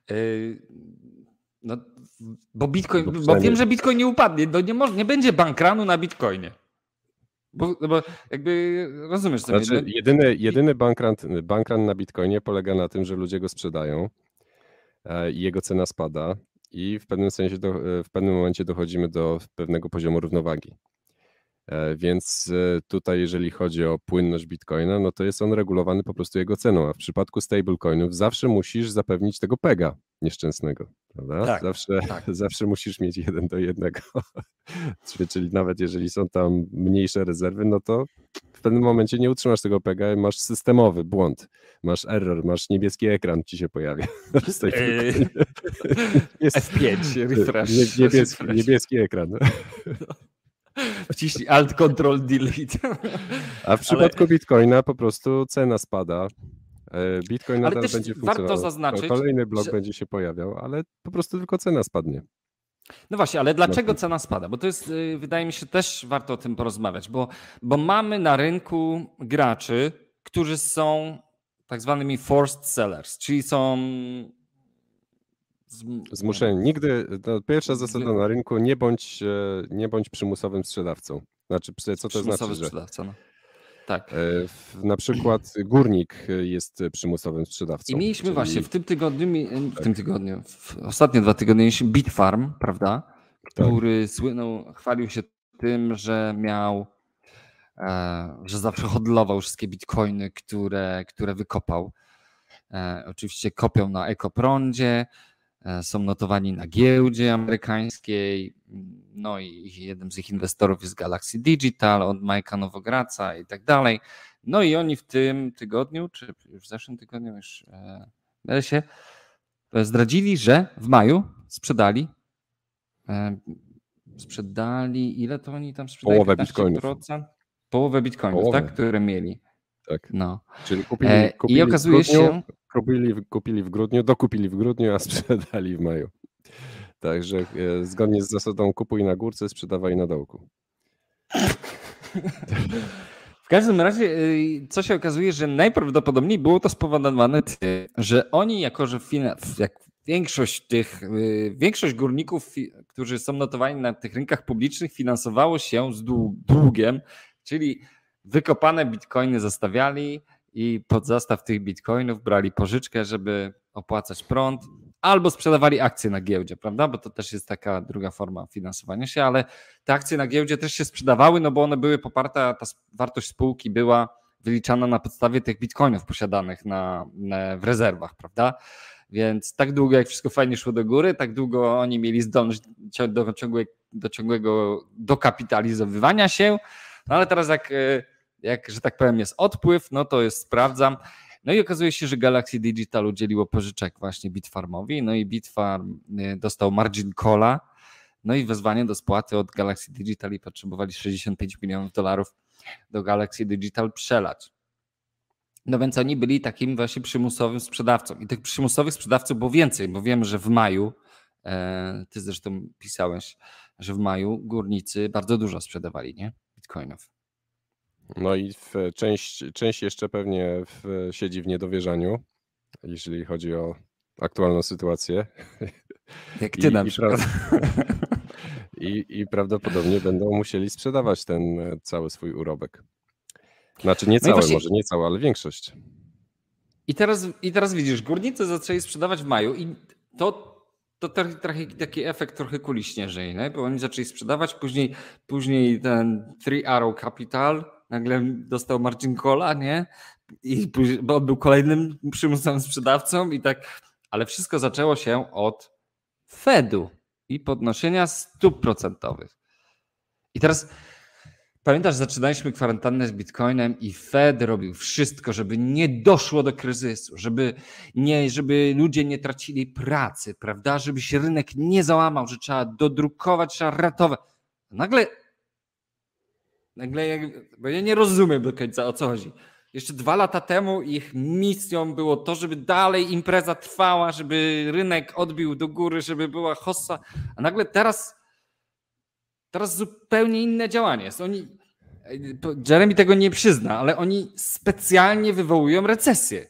bo bitcoin, bo wiem, że bitcoin nie upadnie, no nie będzie bankrunu na bitcoinie. Bo jakby rozumiesz sobie. Znaczy, jedyny bankrun na bitcoinie polega na tym, że ludzie go sprzedają i jego cena spada i w pewnym sensie w pewnym momencie dochodzimy do pewnego poziomu równowagi. Więc tutaj jeżeli chodzi o płynność bitcoina, no to jest on regulowany po prostu jego ceną, a w przypadku stablecoinów zawsze musisz zapewnić tego pega nieszczęsnego, prawda? Tak, zawsze musisz mieć 1:1. Czyli nawet jeżeli są tam mniejsze rezerwy, no to w pewnym momencie nie utrzymasz tego pega, masz systemowy błąd, masz error, masz niebieski ekran ci się pojawia. F5, refresh. Niebieski ekran. Wciśnij Alt, Control, Delete. A w przypadku Bitcoina po prostu cena spada Bitcoin Ale nadal też będzie warto funkcjonował. zaznaczyć, Kolejny blok że... będzie się pojawiał, ale po prostu tylko cena spadnie. No właśnie, ale dlaczego cena spada? Bo to jest, wydaje mi się, też warto o tym porozmawiać, bo mamy na rynku graczy, którzy są tak zwanymi forced sellers, czyli są Zmuszeni. Nigdy, to pierwsza zasada na rynku, nie bądź przymusowym sprzedawcą. Znaczy, co to znaczy, przymusowy że sprzedawca. No. Tak. Na przykład górnik jest przymusowym sprzedawcą. I mieliśmy właśnie w tym tygodniu, w ostatnie 2 tygodnie mieliśmy Bitfarm, prawda? Który chwalił się tym, że że zawsze hodlował wszystkie bitcoiny, które wykopał. Oczywiście kopią na ekoprądzie, są notowani na giełdzie amerykańskiej, no i jednym z ich inwestorów jest Galaxy Digital od Majka Nowograca i tak dalej. No i oni w tym tygodniu, czy już w zeszłym tygodniu już się zdradzili, że w maju sprzedali, ile to oni tam sprzedali? Połowę 15%? bitcoinów. Połowę bitcoinów, tak, które mieli. Tak. No. Czyli kupili i okazuje się, kupili w grudniu, dokupili w grudniu, a sprzedali w maju. Także zgodnie z zasadą kupuj na górce, sprzedawaj na dołku. W każdym razie, co się okazuje, że najprawdopodobniej było to spowodowane tym, że oni, jako że jak większość górników, którzy są notowani na tych rynkach publicznych, finansowało się z długiem, czyli wykopane bitcoiny zostawiali i pod zastaw tych bitcoinów brali pożyczkę, żeby opłacać prąd, albo sprzedawali akcje na giełdzie, prawda? Bo to też jest taka druga forma finansowania się, ale te akcje na giełdzie też się sprzedawały, no bo one były poparte, ta wartość spółki była wyliczana na podstawie tych bitcoinów posiadanych w rezerwach, prawda? Więc tak długo jak wszystko fajnie szło do góry, tak długo oni mieli zdolność do ciągłego dokapitalizowywania się, no ale teraz jak, że tak powiem, jest odpływ, no to sprawdzam. No i okazuje się, że Galaxy Digital udzieliło pożyczek właśnie Bitfarmowi, no i Bitfarm dostał margin calla, no i wezwanie do spłaty od Galaxy Digital i potrzebowali $65 milionów do Galaxy Digital przelać. No więc oni byli takim właśnie przymusowym sprzedawcą i tych przymusowych sprzedawców było więcej, bo wiem, że w maju, ty zresztą pisałeś, że w maju górnicy bardzo dużo sprzedawali, nie? Bitcoinów. No i część jeszcze pewnie siedzi w niedowierzaniu, jeżeli chodzi o aktualną sytuację. Jak ty na przykład. I prawdopodobnie będą musieli sprzedawać ten cały swój urobek. Znaczy nie cały, może nie cały, ale większość. I teraz widzisz, górnicy zaczęli sprzedawać w maju i to taki efekt trochę kuli śnieżnej, nie? Bo oni zaczęli sprzedawać, później ten Three Arrow Capital nagle dostał margin calla, nie? Bo on był kolejnym przymusowym sprzedawcą i tak, ale wszystko zaczęło się od Fedu i podnoszenia stóp procentowych. I teraz pamiętasz, zaczynaliśmy kwarantannę z Bitcoinem i Fed robił wszystko, żeby nie doszło do kryzysu, żeby ludzie nie tracili pracy, prawda? Żeby się rynek nie załamał, że trzeba dodrukować, trzeba ratować. Nagle bo ja nie rozumiem do końca, o co chodzi. Jeszcze 2 lata temu ich misją było to, żeby dalej impreza trwała, żeby rynek odbił do góry, żeby była hossa, a nagle teraz zupełnie inne działanie jest. Jeremy tego nie przyzna, ale oni specjalnie wywołują recesję.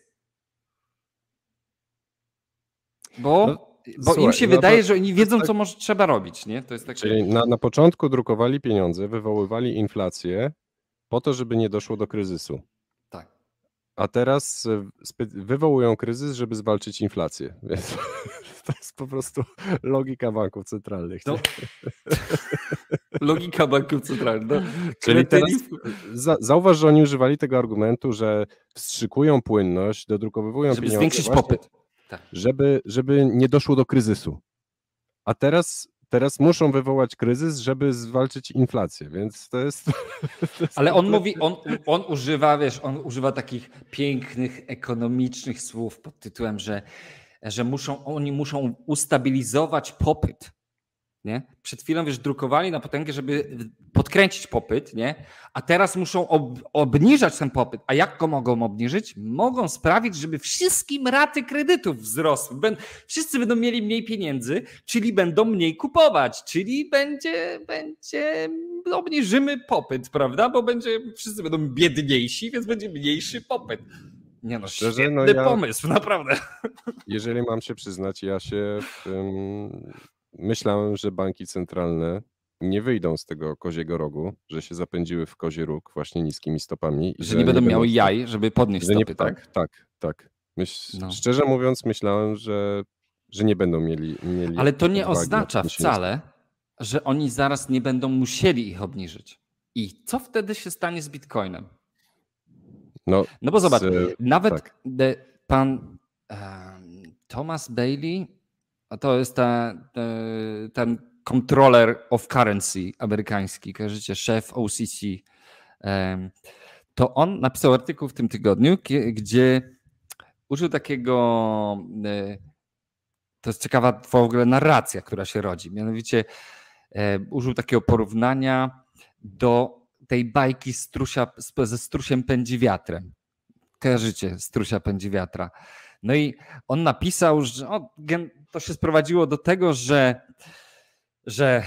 Bo słuchaj, im się wydaje, że oni wiedzą, co trzeba robić. Nie? To jest takie... Czyli na początku drukowali pieniądze, wywoływali inflację po to, żeby nie doszło do kryzysu. Tak. A teraz wywołują kryzys, żeby zwalczyć inflację. Więc to jest po prostu logika banków centralnych. No. Logika banków centralnych. No. Czyli teraz zauważ, że oni używali tego argumentu, że wstrzykują płynność, dodrukowywują żeby pieniądze, zwiększyć popyt. Tak. Żeby nie doszło do kryzysu. A teraz muszą wywołać kryzys, żeby zwalczyć inflację, więc to jest... Ale on używa takich pięknych, ekonomicznych słów pod tytułem, że oni muszą ustabilizować popyt. Nie? Przed chwilą, drukowali na potęgę, żeby podkręcić popyt, nie? A teraz muszą obniżać ten popyt. A jak go mogą obniżyć? Mogą sprawić, żeby wszystkim raty kredytów wzrosły. Wszyscy będą mieli mniej pieniędzy, czyli będą mniej kupować, czyli obniżymy popyt, prawda? Bo wszyscy będą biedniejsi, więc będzie mniejszy popyt. Nie no, Szczerze, świetny pomysł, naprawdę. Jeżeli mam się przyznać, ja się myślałem, że banki centralne nie wyjdą z tego koziego rogu, że się zapędziły w kozi róg właśnie niskimi stopami. Że nie będą miały jaj, żeby podnieść stopy, tak? Tak. Szczerze mówiąc, myślałem, że nie będą mieli. Ale to nie oznacza wcale, że oni zaraz nie będą musieli ich obniżyć. I co wtedy się stanie z Bitcoinem? No bo zobacz, nawet pan Thomas Bailey, to jest ten controller of currency amerykański, kojarzycie, szef OCC, to on napisał artykuł w tym tygodniu, gdzie użył takiego, to jest ciekawa w ogóle narracja, która się rodzi, mianowicie użył takiego porównania do tej bajki ze strusiem pędzi wiatrem. Kojarzycie, strusia pędzi wiatra. No i on napisał, że to się sprowadziło do tego, że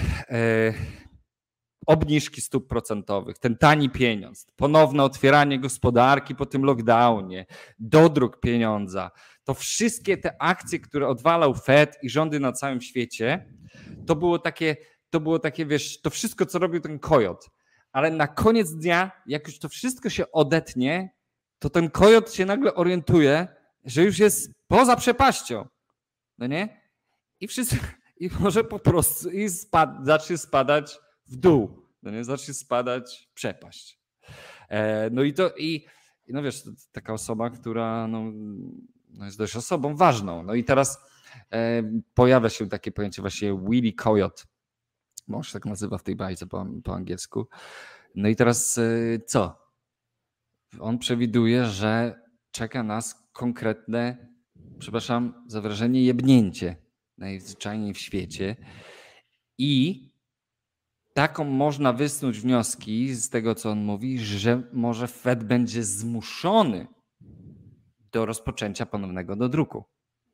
obniżki stóp procentowych, ten tani pieniądz, ponowne otwieranie gospodarki po tym lockdownie, dodruk pieniądza, to wszystkie te akcje, które odwalał Fed i rządy na całym świecie, to było takie, wiesz, to wszystko, co robił ten kojot. Ale na koniec dnia, jak już to wszystko się odetnie, to ten kojot się nagle orientuje, że już jest poza przepaścią. No nie? I może po prostu zacznie spadać w dół. No nie? Zacznie spadać w przepaść. No no wiesz, to taka osoba, która no jest dość osobą ważną. No i teraz pojawia się takie pojęcie właśnie Willy Coyote, bo on się tak nazywa w tej bajce po angielsku. No i teraz co? On przewiduje, że czeka nas konkretne, przepraszam za wyrażenie, jebnięcie najzwyczajniej w świecie i taką można wysnuć wnioski z tego, co on mówi, że może Fed będzie zmuszony do rozpoczęcia ponownego dodruku.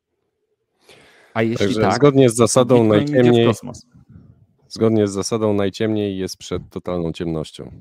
A jeśli także tak, zgodnie z zasadą najciemniej, w kosmos. Zgodnie z zasadą najciemniej jest przed totalną ciemnością.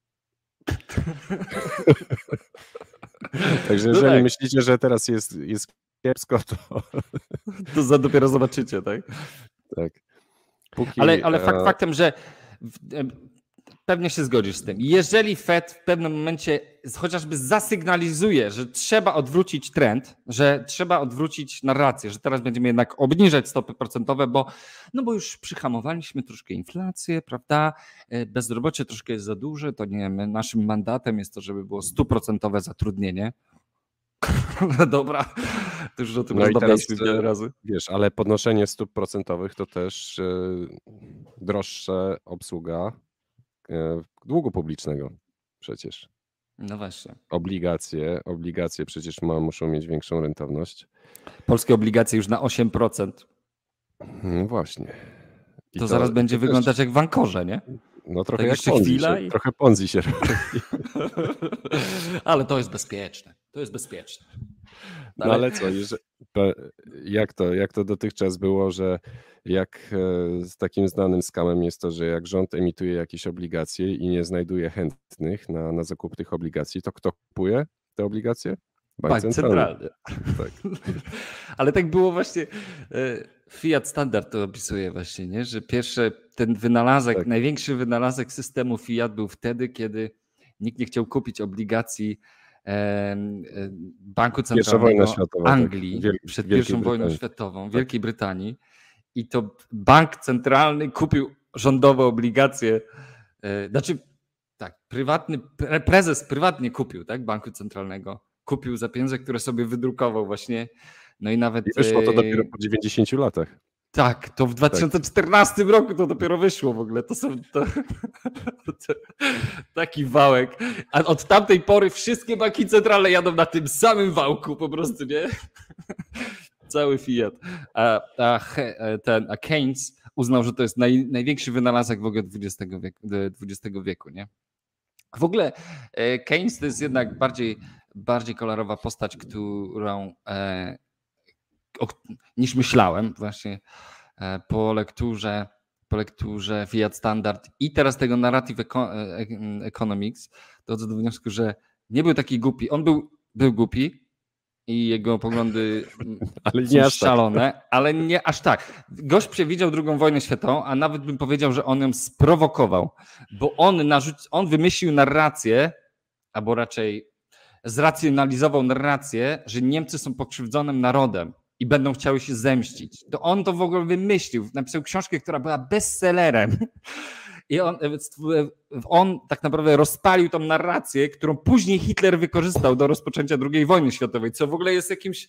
Także jeżeli myślicie, że teraz jest kiepsko, to dopiero zobaczycie, tak? Tak. Ale faktem, że pewnie się zgodzisz z tym. Jeżeli Fed w pewnym momencie chociażby zasygnalizuje, że trzeba odwrócić trend, że trzeba odwrócić narrację, że teraz będziemy jednak obniżać stopy procentowe, bo już przyhamowaliśmy troszkę inflację, prawda? Bezrobocie troszkę jest za duże, to nie wiem, naszym mandatem jest to, żeby było 100% zatrudnienie. Dobra, to już o tym rozmawialiśmy wiele razy. Wiesz, ale podnoszenie stóp procentowych to też droższa obsługa długu publicznego przecież. No właśnie. Obligacje przecież muszą mieć większą rentowność. Polskie obligacje już na 8%. No właśnie. To zaraz będzie wyglądać jak w Ankorze, nie? No trochę jak Ponzi, trochę Ponzi się robi. Ale to jest bezpieczne. To jest bezpieczne. No ale co, jak to dotychczas było, że jak z takim znanym skamem jest to, że jak rząd emituje jakieś obligacje i nie znajduje chętnych na zakup tych obligacji, to kto kupuje te obligacje? Bank centralny. Tak. Ale tak było właśnie, Fiat Standard to opisuje właśnie, nie? Że ten wynalazek, największy wynalazek systemu Fiat był wtedy, kiedy nikt nie chciał kupić obligacji Banku Centralnego Anglii przed pierwszą wojną światową, Wielkiej Brytanii, i to bank centralny kupił rządowe obligacje, prezes prywatnie kupił, tak, Banku Centralnego, kupił za pieniądze, które sobie wydrukował właśnie, no i nawet... I wyszło to dopiero po 90 latach. Tak, to w 2014 roku to dopiero wyszło w ogóle. To taki wałek. A od tamtej pory wszystkie banki centralne jadą na tym samym wałku po prostu, nie? Cały Fiat. A Keynes uznał, że to jest największy wynalazek w ogóle XX wieku, nie? W ogóle Keynes to jest jednak bardziej kolorowa postać, którą niż myślałem właśnie po lekturze Fiat Standard i teraz tego Narrative Economics, dochodzę do wniosku, że nie był taki głupi. On był głupi i jego poglądy są szalone, ale nie aż tak. Gość przewidział II wojnę światową, a nawet bym powiedział, że on ją sprowokował, bo on wymyślił narrację, albo raczej zracjonalizował narrację, że Niemcy są pokrzywdzonym narodem i będą chciały się zemścić. To on to w ogóle wymyślił. Napisał książkę, która była bestsellerem. I on tak naprawdę rozpalił tą narrację, którą później Hitler wykorzystał do rozpoczęcia II wojny światowej, co w ogóle jest jakimś...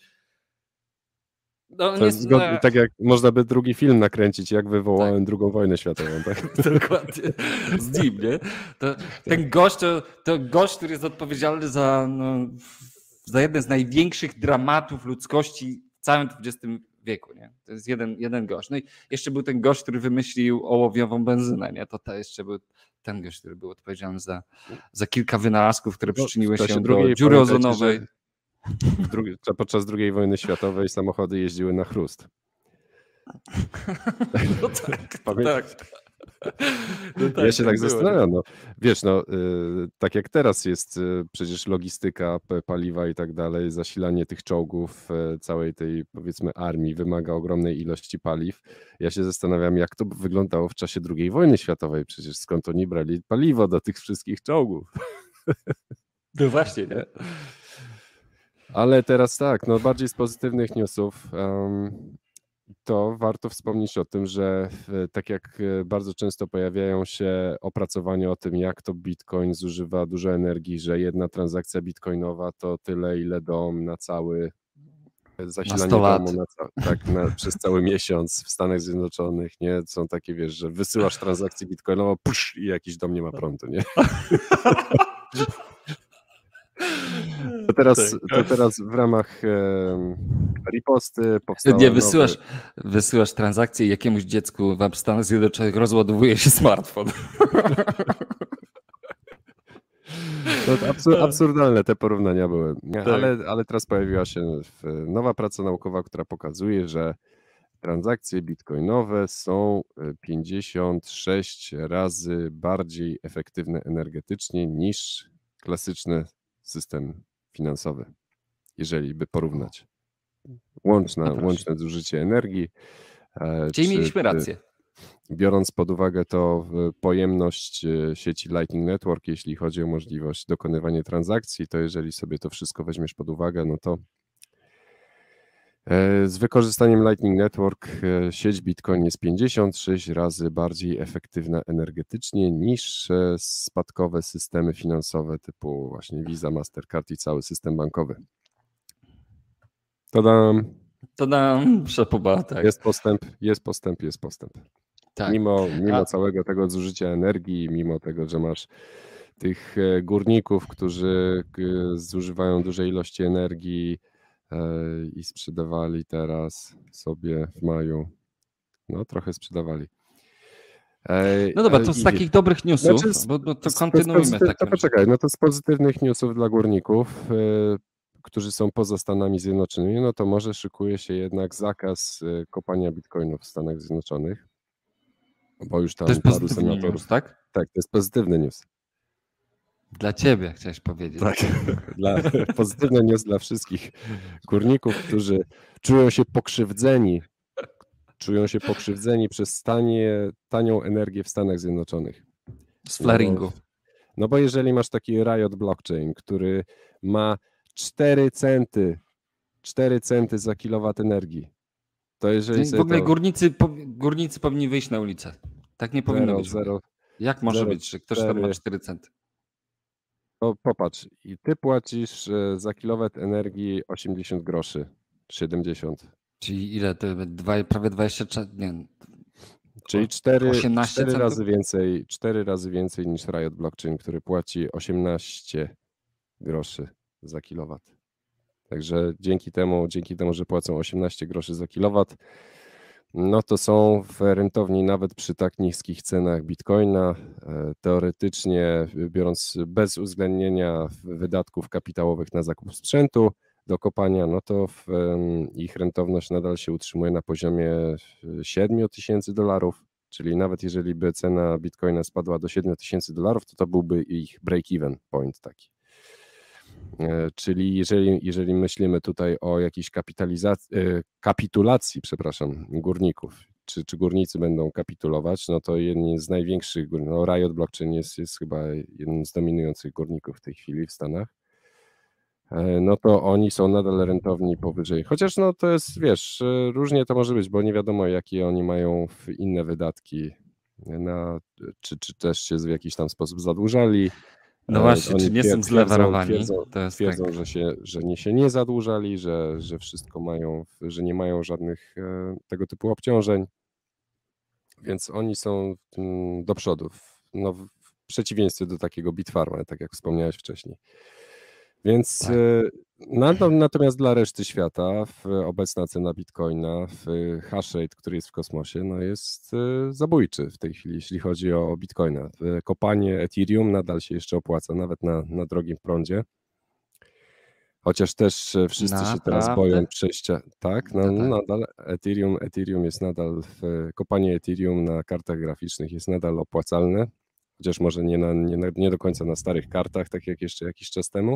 Tak jak można by drugi film nakręcić, jak wywołałem II wojnę światową. Tak? Dokładnie. Z nim, nie? Ten gość to gość, który jest odpowiedzialny za jeden z największych dramatów ludzkości w całym XX wieku. Nie? To jest jeden gość. No i jeszcze był ten gość, który wymyślił ołowiową benzynę. Nie? To jeszcze był ten gość, który był odpowiedzialny za kilka wynalazków, które przyczyniły się do dziury ozonowej. Podczas II wojny światowej samochody jeździły na chrust. No tak. Ja się tak zastanawiam. Wiesz, tak jak teraz jest przecież logistyka paliwa i tak dalej, zasilanie tych czołgów, całej tej powiedzmy armii wymaga ogromnej ilości paliw. Ja się zastanawiam, jak to wyglądało w czasie II wojny światowej. Przecież skąd oni brali paliwo do tych wszystkich czołgów? No właśnie, nie? Ale teraz tak, bardziej z pozytywnych newsów, to warto wspomnieć o tym, że tak jak bardzo często pojawiają się opracowania o tym, jak to Bitcoin zużywa dużo energii, że jedna transakcja bitcoinowa to tyle, ile dom na cały zasilanie domu przez cały miesiąc w Stanach Zjednoczonych, nie? Są takie, wiesz, że wysyłasz transakcję bitcoinową i jakiś dom nie ma prądu, nie? To teraz w ramach riposty powstało... Nie, wysyłasz transakcję i jakiemuś dziecku w Stanach Zjednoczonych rozładowuje się smartfon. Absurdalne te porównania były. Tak. Ale teraz pojawiła się nowa praca naukowa, która pokazuje, że transakcje bitcoinowe są 56 razy bardziej efektywne energetycznie niż klasyczny system finansowy, jeżeli by porównać łączne zużycie energii. Czyli mieliśmy rację. Biorąc pod uwagę to pojemność sieci Lightning Network, jeśli chodzi o możliwość dokonywania transakcji, to jeżeli sobie to wszystko weźmiesz pod uwagę, no to z wykorzystaniem Lightning Network sieć Bitcoin jest 56 razy bardziej efektywna energetycznie niż spadkowe systemy finansowe typu właśnie Visa, Mastercard i cały system bankowy. Tadam, przepuba, tak. Jest postęp. Tak. Mimo całego tego zużycia energii, mimo tego, że masz tych górników, którzy zużywają duże ilości energii i sprzedawali teraz sobie w maju, trochę sprzedawali. No dobra, to z takich dobrych newsów, bo to kontynuujmy. Poczekaj, to z pozytywnych newsów dla górników, którzy są poza Stanami Zjednoczonymi, to może szykuje się jednak zakaz kopania bitcoinów w Stanach Zjednoczonych, bo już tam paru senatorów... News, tak? Tak, to jest pozytywny news. Dla ciebie chciałeś powiedzieć. Tak, pozytywny news dla wszystkich górników, którzy czują się pokrzywdzeni przez tanią energię w Stanach Zjednoczonych. Z flaringu. Bo jeżeli masz taki Riot Blockchain, który ma 4 centy za kilowat energii, to jeżeli w ogóle górnicy powinni wyjść na ulicę. Tak nie powinno być. Jak może być, że ktoś tam ma 4 centy? Popatrz, i ty płacisz za kilowat energii 80 groszy, 70. Czyli ile to prawie 20, nie. Czyli 4 razy więcej niż Riot Blockchain, który płaci 18 groszy za kilowat. Także dzięki temu, że płacą 18 groszy za kilowat, no to są w rentowni nawet przy tak niskich cenach bitcoina. Teoretycznie, biorąc bez uwzględnienia wydatków kapitałowych na zakup sprzętu do kopania, no to ich rentowność nadal się utrzymuje na poziomie $7,000, czyli nawet jeżeli by cena bitcoina spadła do $7,000, to byłby ich break-even point taki. Czyli jeżeli myślimy tutaj o jakiejś kapitulacji, górników, czy górnicy będą kapitulować, no to jedni z największych, no Riot Blockchain jest chyba jednym z dominujących górników w tej chwili w Stanach, no to oni są nadal rentowni powyżej, chociaż no to jest, wiesz, różnie to może być, bo nie wiadomo jakie oni mają inne wydatki, czy też się w jakiś tam sposób zadłużali. No właśnie, czy nie są zlewarowani? Twierdzą, że się nie zadłużali, że wszystko mają, że nie mają żadnych tego typu obciążeń, więc oni są do przodu, no, w przeciwieństwie do takiego Bitfarma, tak jak wspomniałeś wcześniej. Więc Tak. Natomiast dla reszty świata obecna cena bitcoina, hashrate, który jest w kosmosie, no jest zabójczy w tej chwili, jeśli chodzi o bitcoina. Kopanie Ethereum nadal się jeszcze opłaca, nawet na drogim prądzie. Chociaż też wszyscy się teraz boją przejścia. Tak, nadal Ethereum jest nadal, kopanie Ethereum na kartach graficznych jest nadal opłacalne, chociaż może nie do końca na starych kartach, tak jak jeszcze jakiś czas temu.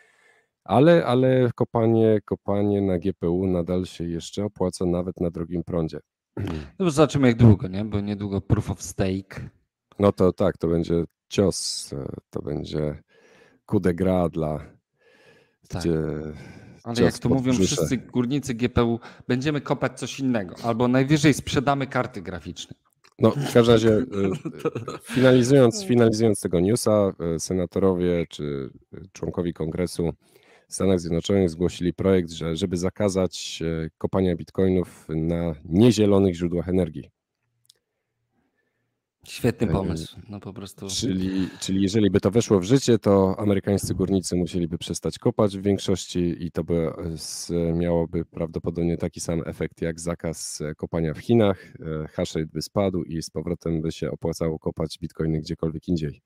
Ale kopanie na GPU nadal się jeszcze opłaca nawet na drogim prądzie. No zobaczymy jak długo, nie? Bo niedługo proof of stake. No to tak, to będzie cios, to będzie coup de grâce dla... Tak. Ale jak to mówią brzusze. wszyscy górnicy GPU, będziemy kopać coś innego, albo najwyżej sprzedamy karty graficzne. No w każdym razie finalizując tego newsa, senatorowie czy członkowie kongresu w Stanach Zjednoczonych zgłosili projekt, żeby zakazać kopania bitcoinów na niezielonych źródłach energii. Świetny pomysł, no po prostu. Czyli jeżeli by to weszło w życie, to amerykańscy górnicy musieliby przestać kopać w większości i to by miałoby prawdopodobnie taki sam efekt jak zakaz kopania w Chinach. Hashrate by spadł i z powrotem by się opłacało kopać bitcoiny gdziekolwiek indziej.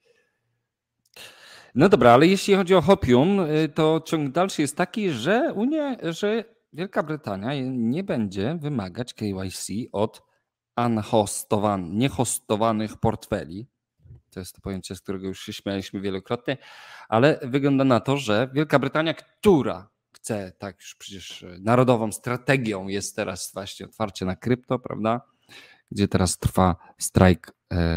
No dobra, ale jeśli chodzi o hopium, to ciąg dalszy jest taki, że Wielka Brytania nie będzie wymagać KYC od niehostowanych portfeli. To jest to pojęcie, z którego już się śmialiśmy wielokrotnie, ale wygląda na to, że Wielka Brytania, która chce, tak już przecież narodową strategią jest teraz właśnie otwarcie na krypto, prawda? Gdzie teraz trwa strajk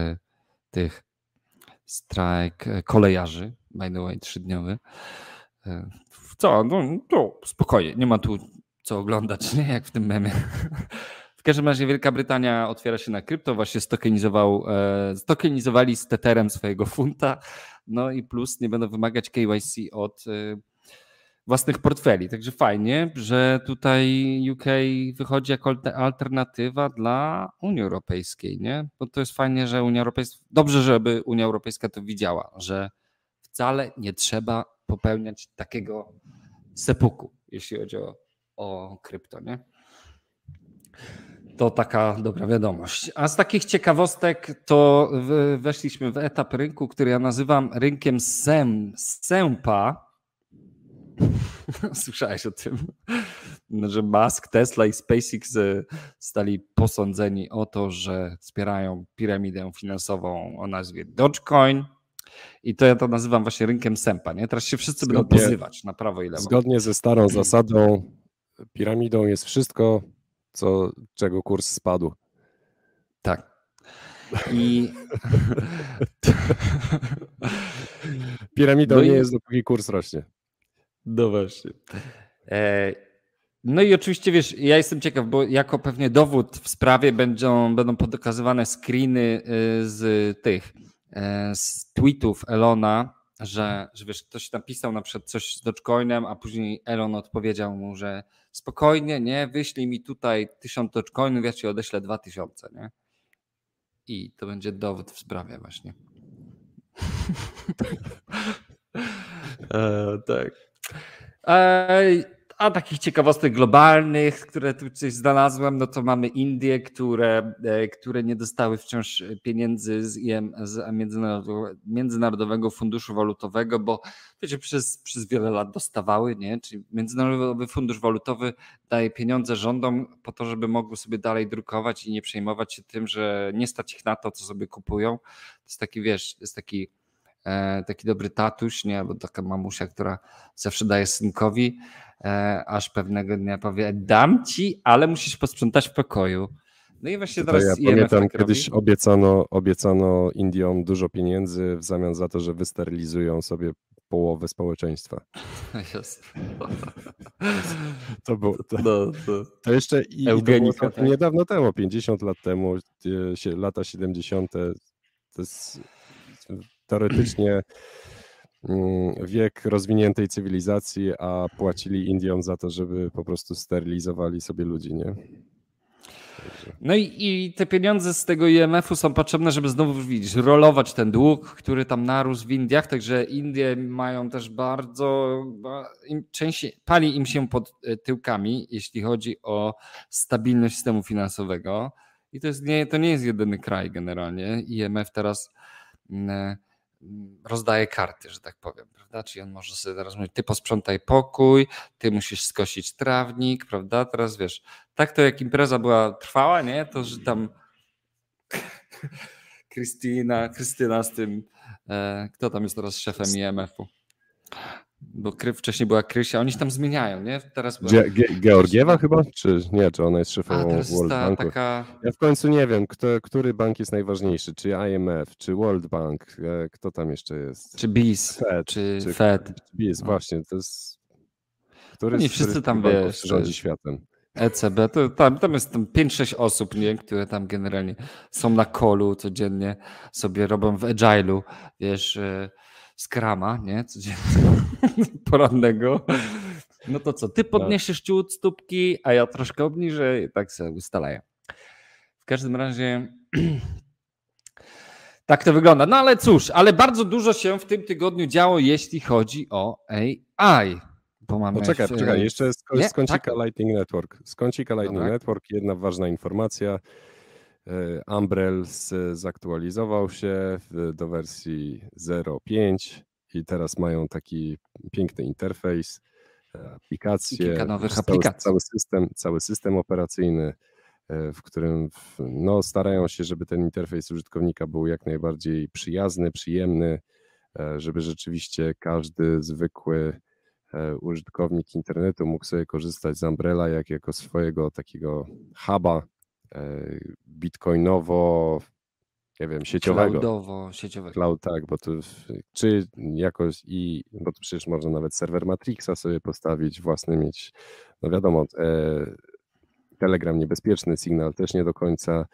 kolejarzy, by the way, 3-dniowy. Co? No, spokojnie, nie ma tu co oglądać, nie? Jak w tym memie. W każdym razie Wielka Brytania otwiera się na krypto, właśnie stokenizowali z Tetherem swojego funta, no i plus nie będą wymagać KYC od własnych portfeli. Także fajnie, że tutaj UK wychodzi jako alternatywa dla Unii Europejskiej, nie? Bo to jest fajnie, że dobrze, żeby Unia Europejska to widziała, że wcale nie trzeba popełniać takiego sepuku, jeśli chodzi o krypto, nie? To taka dobra wiadomość. A z takich ciekawostek to weszliśmy w etap rynku, który ja nazywam rynkiem SEMPA. Słyszałeś o tym, że Musk, Tesla i SpaceX zostali posądzeni o to, że wspierają piramidę finansową o nazwie Dogecoin. I to ja to nazywam właśnie rynkiem SEMPA. Nie? Teraz się wszyscy będą pozywać na prawo i lewo. Zgodnie ze starą zasadą, piramidą jest wszystko, czego kurs spadł. Tak. I piramidą nie jest, dopóki kurs rośnie. No właśnie. No i oczywiście wiesz, ja jestem ciekaw, bo jako pewnie dowód w sprawie będą pokazywane screeny z tweetów Elona, że wiesz, ktoś napisał na przykład coś z Dogecoinem, a później Elon odpowiedział mu, że spokojnie, nie, wyślij mi tutaj 1000 Dogecoinów, ja ci odeślę 2000, nie? I to będzie dowód w sprawie właśnie. Tak. A takich ciekawostek globalnych, które tu coś znalazłem, no to mamy Indie, które nie dostały wciąż pieniędzy z Międzynarodowego Funduszu Walutowego, bo wiecie, przez wiele lat dostawały, nie? Czyli Międzynarodowy Fundusz Walutowy daje pieniądze rządom po to, żeby mogły sobie dalej drukować i nie przejmować się tym, że nie stać ich na to, co sobie kupują. To jest taki, wiesz, to jest taki dobry tatuś, nie? Albo taka mamusia, która zawsze daje synkowi, aż pewnego dnia powie, dam ci, ale musisz posprzątać w pokoju. No i właśnie Tutaj teraz ja IMF pamiętam, tak kiedyś robi. obiecano Indiom dużo pieniędzy w zamian za to, że wysterylizują sobie połowę społeczeństwa. Jest. To było, No, to jeszcze i to było Eugenika, całkiem tak? niedawno temu, 50 lat temu, lata 70. To jest teoretycznie wiek rozwiniętej cywilizacji, a płacili Indiom za to, żeby po prostu sterylizowali sobie ludzi, nie? No i te pieniądze z tego IMF-u są potrzebne, żeby znowu, widzisz, rolować ten dług, który tam narósł w Indiach, także Indie mają też bardzo, częściej pali im się pod tyłkami, jeśli chodzi o stabilność systemu finansowego i to nie jest jedyny kraj generalnie. IMF teraz rozdaje karty, że tak powiem, prawda? Czyli on może sobie teraz mówić, ty posprzątaj pokój, ty musisz skosić trawnik, prawda? Teraz wiesz, tak to jak impreza była trwała, nie? To, że tam Krystyna z tym, kto tam jest teraz szefem IMF-u? Bo wcześniej była Krysia, oni się tam zmieniają, nie? Teraz Georgiewa chyba? Czy nie? Czy ona jest szefową teraz jest World ta Banku? taka... Ja w końcu nie wiem, który bank jest najważniejszy, czy IMF, czy World Bank, kto tam jeszcze jest? Czy BIS, czy Fed. BIS, no. Właśnie, to jest... Oni wszyscy tam, wiesz, rządzi światem. ECB, to tam jest 5-6 osób, nie, które tam generalnie są na callu codziennie, sobie robią w agile'u, wiesz, Scrama, nie, codziennie porannego. No to co, ty podniesiesz ciut stópki, a ja troszkę obniżę i tak sobie ustalaję. W każdym razie tak to wygląda. No ale cóż, ale bardzo dużo się w tym tygodniu działo, jeśli chodzi o AI. Bo mamy Czekaj, jeszcze z kącika tak? Lightning Network. Z kącika Lightning Network jedna ważna informacja. Umbrel zaktualizował się do wersji 0.5 i teraz mają taki piękny interfejs, aplikacje, kilka nowych aplikacji. Cały system operacyjny, w którym starają się, żeby ten interfejs użytkownika był jak najbardziej przyjazny, przyjemny, żeby rzeczywiście każdy zwykły użytkownik internetu mógł sobie korzystać z Umbrela jako swojego takiego huba bitcoinowo, nie wiem, sieciowego. Sieciowego. Cloud, tak, bo to czy jakoś bo to przecież można nawet serwer Matrixa sobie postawić, własny mieć, no wiadomo, Telegram niebezpieczny, Signal też nie do końca.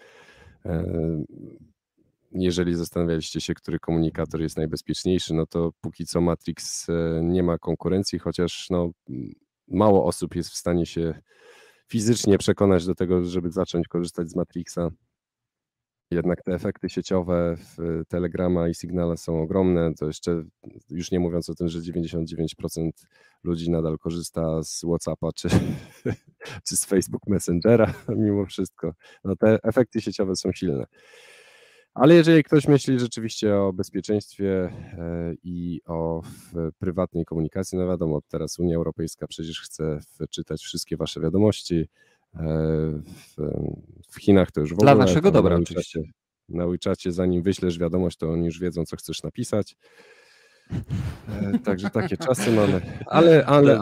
Jeżeli zastanawialiście się, który komunikator jest najbezpieczniejszy, no to póki co Matrix nie ma konkurencji, chociaż mało osób jest w stanie się fizycznie przekonać do tego, żeby zacząć korzystać z Matrixa. Jednak te efekty sieciowe w Telegrama i Signala są ogromne. To jeszcze, już nie mówiąc o tym, że 99% ludzi nadal korzysta z WhatsAppa czy z Facebook Messengera mimo wszystko. No te efekty sieciowe są silne. Ale jeżeli ktoś myśli rzeczywiście o bezpieczeństwie i o prywatnej komunikacji, no wiadomo, teraz Unia Europejska przecież chce wczytać wszystkie wasze wiadomości. W Chinach to już w ogóle. Dla naszego dobra oczywiście. Na WeChacie, zanim wyślesz wiadomość, to oni już wiedzą, co chcesz napisać. Także takie czasy mamy. Ale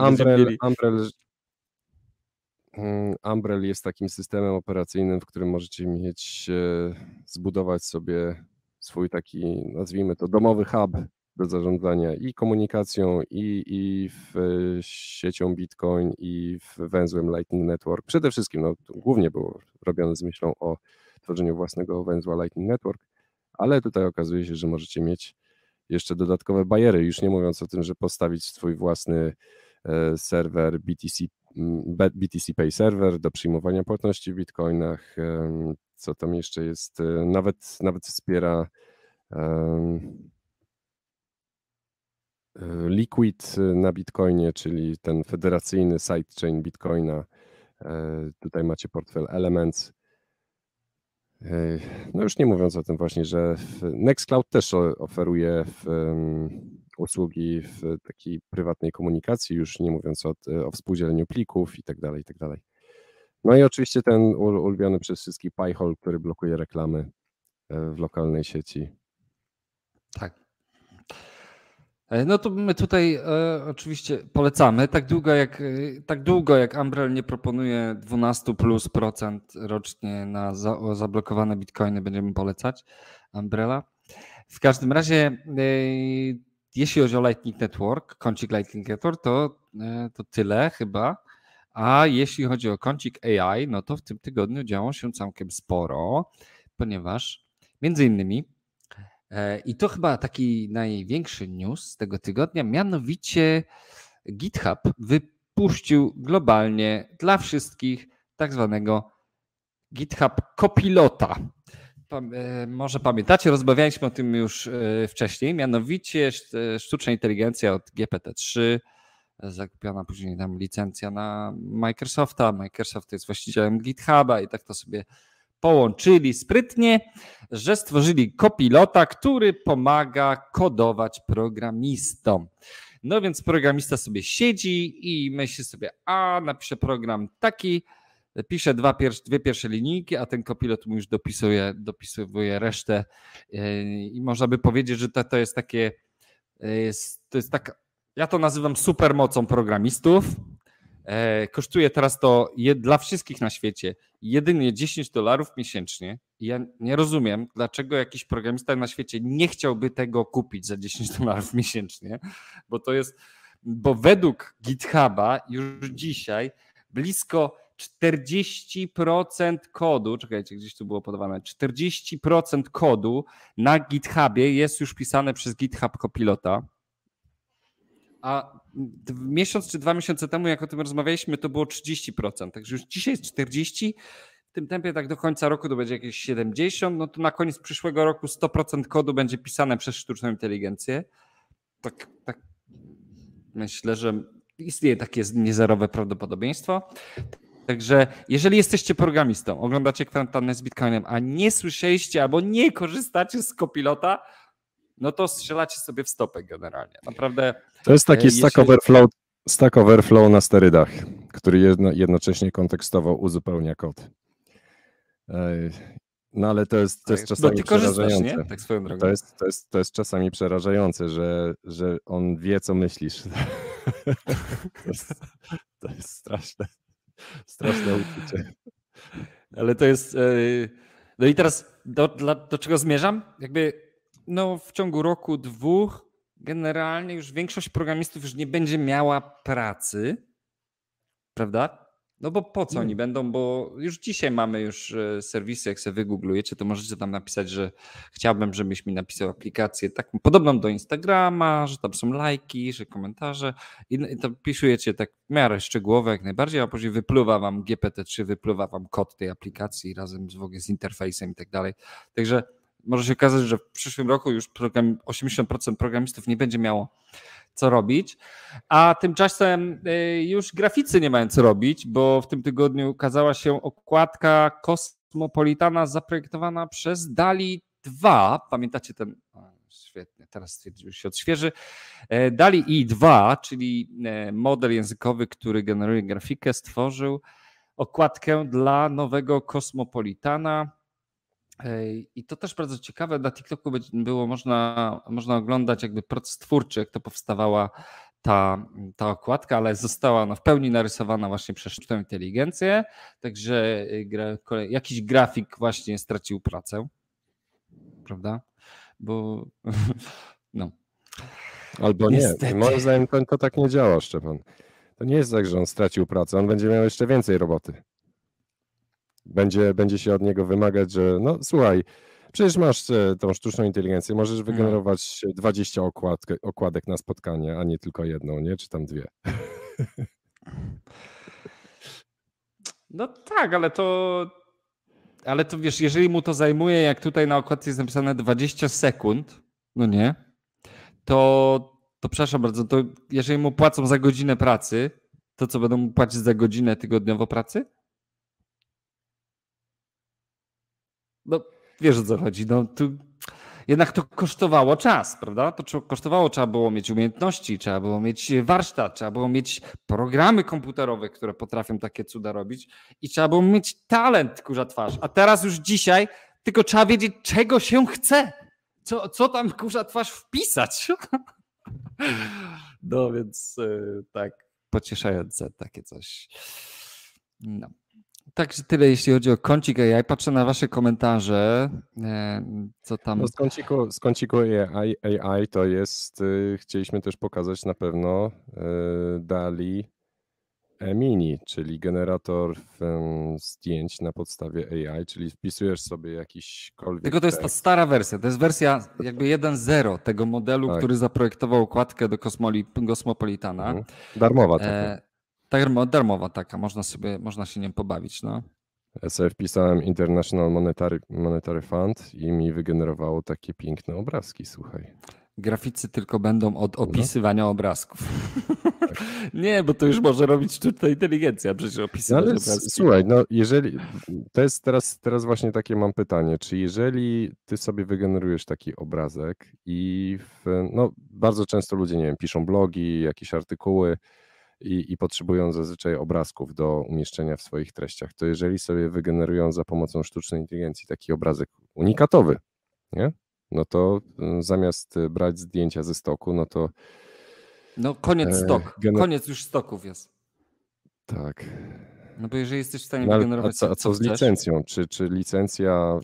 Umbrel jest takim systemem operacyjnym, w którym możecie zbudować sobie swój taki, nazwijmy to, domowy hub do zarządzania i komunikacją, i siecią Bitcoin, i węzłem Lightning Network. Przede wszystkim, głównie było robione z myślą o tworzeniu własnego węzła Lightning Network, ale tutaj okazuje się, że możecie mieć jeszcze dodatkowe bariery, już nie mówiąc o tym, że postawić swój własny serwer BTC Pay Server do przyjmowania płatności w bitcoinach. Co tam jeszcze jest? Nawet wspiera Liquid na Bitcoinie, czyli ten federacyjny sidechain Bitcoina. Tutaj macie portfel Elements. No już nie mówiąc o tym właśnie, że Nextcloud też oferuje usługi w takiej prywatnej komunikacji, już nie mówiąc o współdzieleniu plików i tak dalej, i tak dalej. No i oczywiście ten ulubiony przez wszystkich Pi-hole, który blokuje reklamy w lokalnej sieci. Tak. No to my tutaj oczywiście polecamy, tak długo jak Umbrel nie proponuje 12% rocznie na zablokowane bitcoiny, będziemy polecać Umbrella. W każdym razie jeśli chodzi o Lightning Network, kącik Lightning Network, to tyle chyba. A jeśli chodzi o kącik AI, no to w tym tygodniu działo się całkiem sporo, ponieważ między innymi i to chyba taki największy news tego tygodnia, mianowicie GitHub wypuścił globalnie dla wszystkich tak zwanego GitHub Copilota. Może pamiętacie, rozmawialiśmy o tym już wcześniej, mianowicie sztuczna inteligencja od GPT-3, zakupiona później tam licencja na Microsofta. Microsoft jest właścicielem GitHuba i tak to sobie połączyli sprytnie, że stworzyli Copilota, który pomaga kodować programistom. No więc programista sobie siedzi i myśli sobie, napiszę program taki, pisze dwie pierwsze linijki, a ten Copilot mu już dopisuje resztę i można by powiedzieć, że to jest takie, to jest tak, ja to nazywam supermocą programistów. Kosztuje teraz to dla wszystkich na świecie jedynie $10 miesięcznie. I ja nie rozumiem, dlaczego jakiś programista na świecie nie chciałby tego kupić za $10 miesięcznie, bo według GitHuba już dzisiaj blisko 40% kodu, czekajcie, gdzieś tu było podawane, 40% kodu na GitHubie jest już pisane przez GitHub Copilota. A miesiąc czy 2 miesiące temu, jak o tym rozmawialiśmy, to było 30%. Także już dzisiaj jest 40%. W tym tempie tak do końca roku to będzie jakieś 70%. No to na koniec przyszłego roku 100% kodu będzie pisane przez sztuczną inteligencję. Tak myślę, że istnieje takie niezerowe prawdopodobieństwo. Także jeżeli jesteście programistą, oglądacie kwarantannę z Bitcoinem, a nie słyszeliście albo nie korzystacie z Copilota, no to strzelacie sobie w stopę generalnie. Naprawdę. To jest taki Stack Overflow na sterydach, który jednocześnie kontekstowo uzupełnia kod. No ale to jest czasami przerażające. Nie? Tak swoją drogą. To jest czasami przerażające, że on wie, co myślisz. To jest straszne uczucie. Ale to jest. No i teraz do czego zmierzam? W ciągu roku, 2 generalnie już większość programistów już nie będzie miała pracy, prawda? No bo po co oni będą, bo już dzisiaj mamy już serwisy, jak sobie wygooglujecie, to możecie tam napisać, że chciałbym, żebyś mi napisał aplikację taką podobną do Instagrama, że tam są lajki, że komentarze i to pisujecie tak w miarę szczegółowo jak najbardziej, a później wypluwa wam GPT-3, wypluwa wam kod tej aplikacji razem z interfejsem i tak dalej. Także może się okazać, że w przyszłym roku już 80% programistów nie będzie miało co robić, a tymczasem już graficy nie mają co robić, bo w tym tygodniu ukazała się okładka Cosmopolitana zaprojektowana przez DALL-E 2. Pamiętacie ten? Świetnie, teraz stwierdził, że się odświeży. DALL-E 2, czyli model językowy, który generuje grafikę, stworzył okładkę dla nowego Cosmopolitana. I to też bardzo ciekawe, na TikToku było można oglądać jakby proces twórczy, jak to powstawała ta okładka, ale została w pełni narysowana właśnie przez sztuczną inteligencję, także jakiś grafik właśnie stracił pracę, prawda? Bo no. Albo niestety. Nie, moim zdaniem to tak nie działa, Szczepan. To nie jest tak, że on stracił pracę, on będzie miał jeszcze więcej roboty. Będzie się od niego wymagać, że no słuchaj, przecież masz tą sztuczną inteligencję, możesz wygenerować 20 okładek na spotkanie, a nie tylko jedną, nie? Czy tam 2. No tak, ale to wiesz, jeżeli mu to zajmuje, jak tutaj na okładce jest napisane 20 sekund, no nie, to To przepraszam bardzo, to jeżeli mu płacą za godzinę pracy, to co, będą mu płacić za godzinę tygodniowo pracy? No, wiesz o co chodzi. No, jednak to kosztowało czas, prawda? To kosztowało, trzeba było mieć umiejętności, trzeba było mieć warsztat, trzeba było mieć programy komputerowe, które potrafią takie cuda robić i trzeba było mieć talent, kurza twarz. A teraz już dzisiaj tylko trzeba wiedzieć, czego się chce. Co tam, kurza twarz, wpisać. No więc tak, pocieszające takie coś. No. Także tyle, jeśli chodzi o kącik AI. Patrzę na wasze komentarze, co tam... No z kąciku AI to jest, chcieliśmy też pokazać na pewno DALL-E Mini, czyli generator zdjęć na podstawie AI, czyli wpisujesz sobie jakiśkolwiek Tylko to jest ta stara wersja, to jest wersja jakby 1.0 tego modelu, tak, który zaprojektował układkę do Cosmopolitana. Darmowa taka. Darmowa taka, można się nią pobawić. No. Ja sobie wpisałem International Monetary Fund i mi wygenerowało takie piękne obrazki, słuchaj. Graficy tylko będą od opisywania obrazków. Nie, bo to już może robić sztuczna inteligencja, przecież opisywać obrazki. Słuchaj, no jeżeli, to jest teraz właśnie takie mam pytanie, czy jeżeli ty sobie wygenerujesz taki obrazek i no bardzo często ludzie, nie wiem, piszą blogi, jakieś artykuły i potrzebują zazwyczaj obrazków do umieszczenia w swoich treściach, to jeżeli sobie wygenerują za pomocą sztucznej inteligencji taki obrazek unikatowy, nie? No to zamiast brać zdjęcia ze stoku, no to... No koniec stok, koniec już stoków jest. Tak. No bo jeżeli jesteś w stanie wygenerować... A co z licencją? Czy licencja...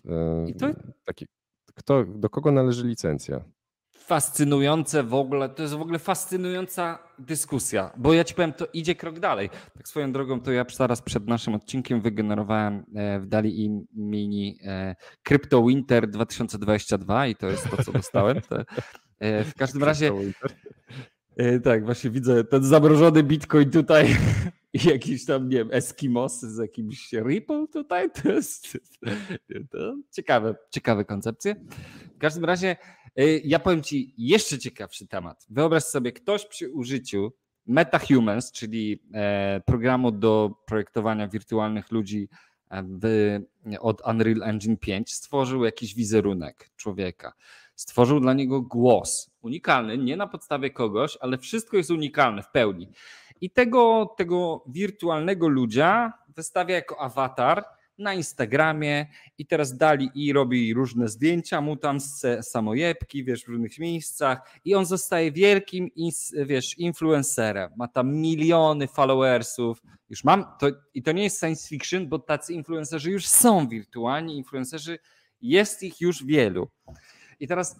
Do kogo należy licencja? Fascynujące w ogóle, to jest w ogóle fascynująca dyskusja, bo ja ci powiem, to idzie krok dalej. Tak swoją drogą, to ja zaraz przed naszym odcinkiem wygenerowałem w DALL-E Mini Crypto Winter 2022 i to jest to, co dostałem. W każdym razie, tak, właśnie widzę ten zamrożony Bitcoin tutaj i jakiś tam, nie wiem, Eskimos z jakimś Ripple tutaj, to jest ciekawe koncepcje. W każdym razie ja powiem ci jeszcze ciekawszy temat. Wyobraź sobie, ktoś przy użyciu MetaHumans, czyli programu do projektowania wirtualnych ludzi od Unreal Engine 5, stworzył jakiś wizerunek człowieka. Stworzył dla niego głos unikalny, nie na podstawie kogoś, ale wszystko jest unikalne w pełni. I tego wirtualnego ludzia wystawia jako awatar na Instagramie i teraz DALL-E robi różne zdjęcia mu tam z samojebki, wiesz, w różnych miejscach i on zostaje wielkim, wiesz, influencerem. Ma tam miliony followersów. Już i to nie jest science fiction, bo tacy influencerzy już są wirtualni influencerzy, jest ich już wielu. I teraz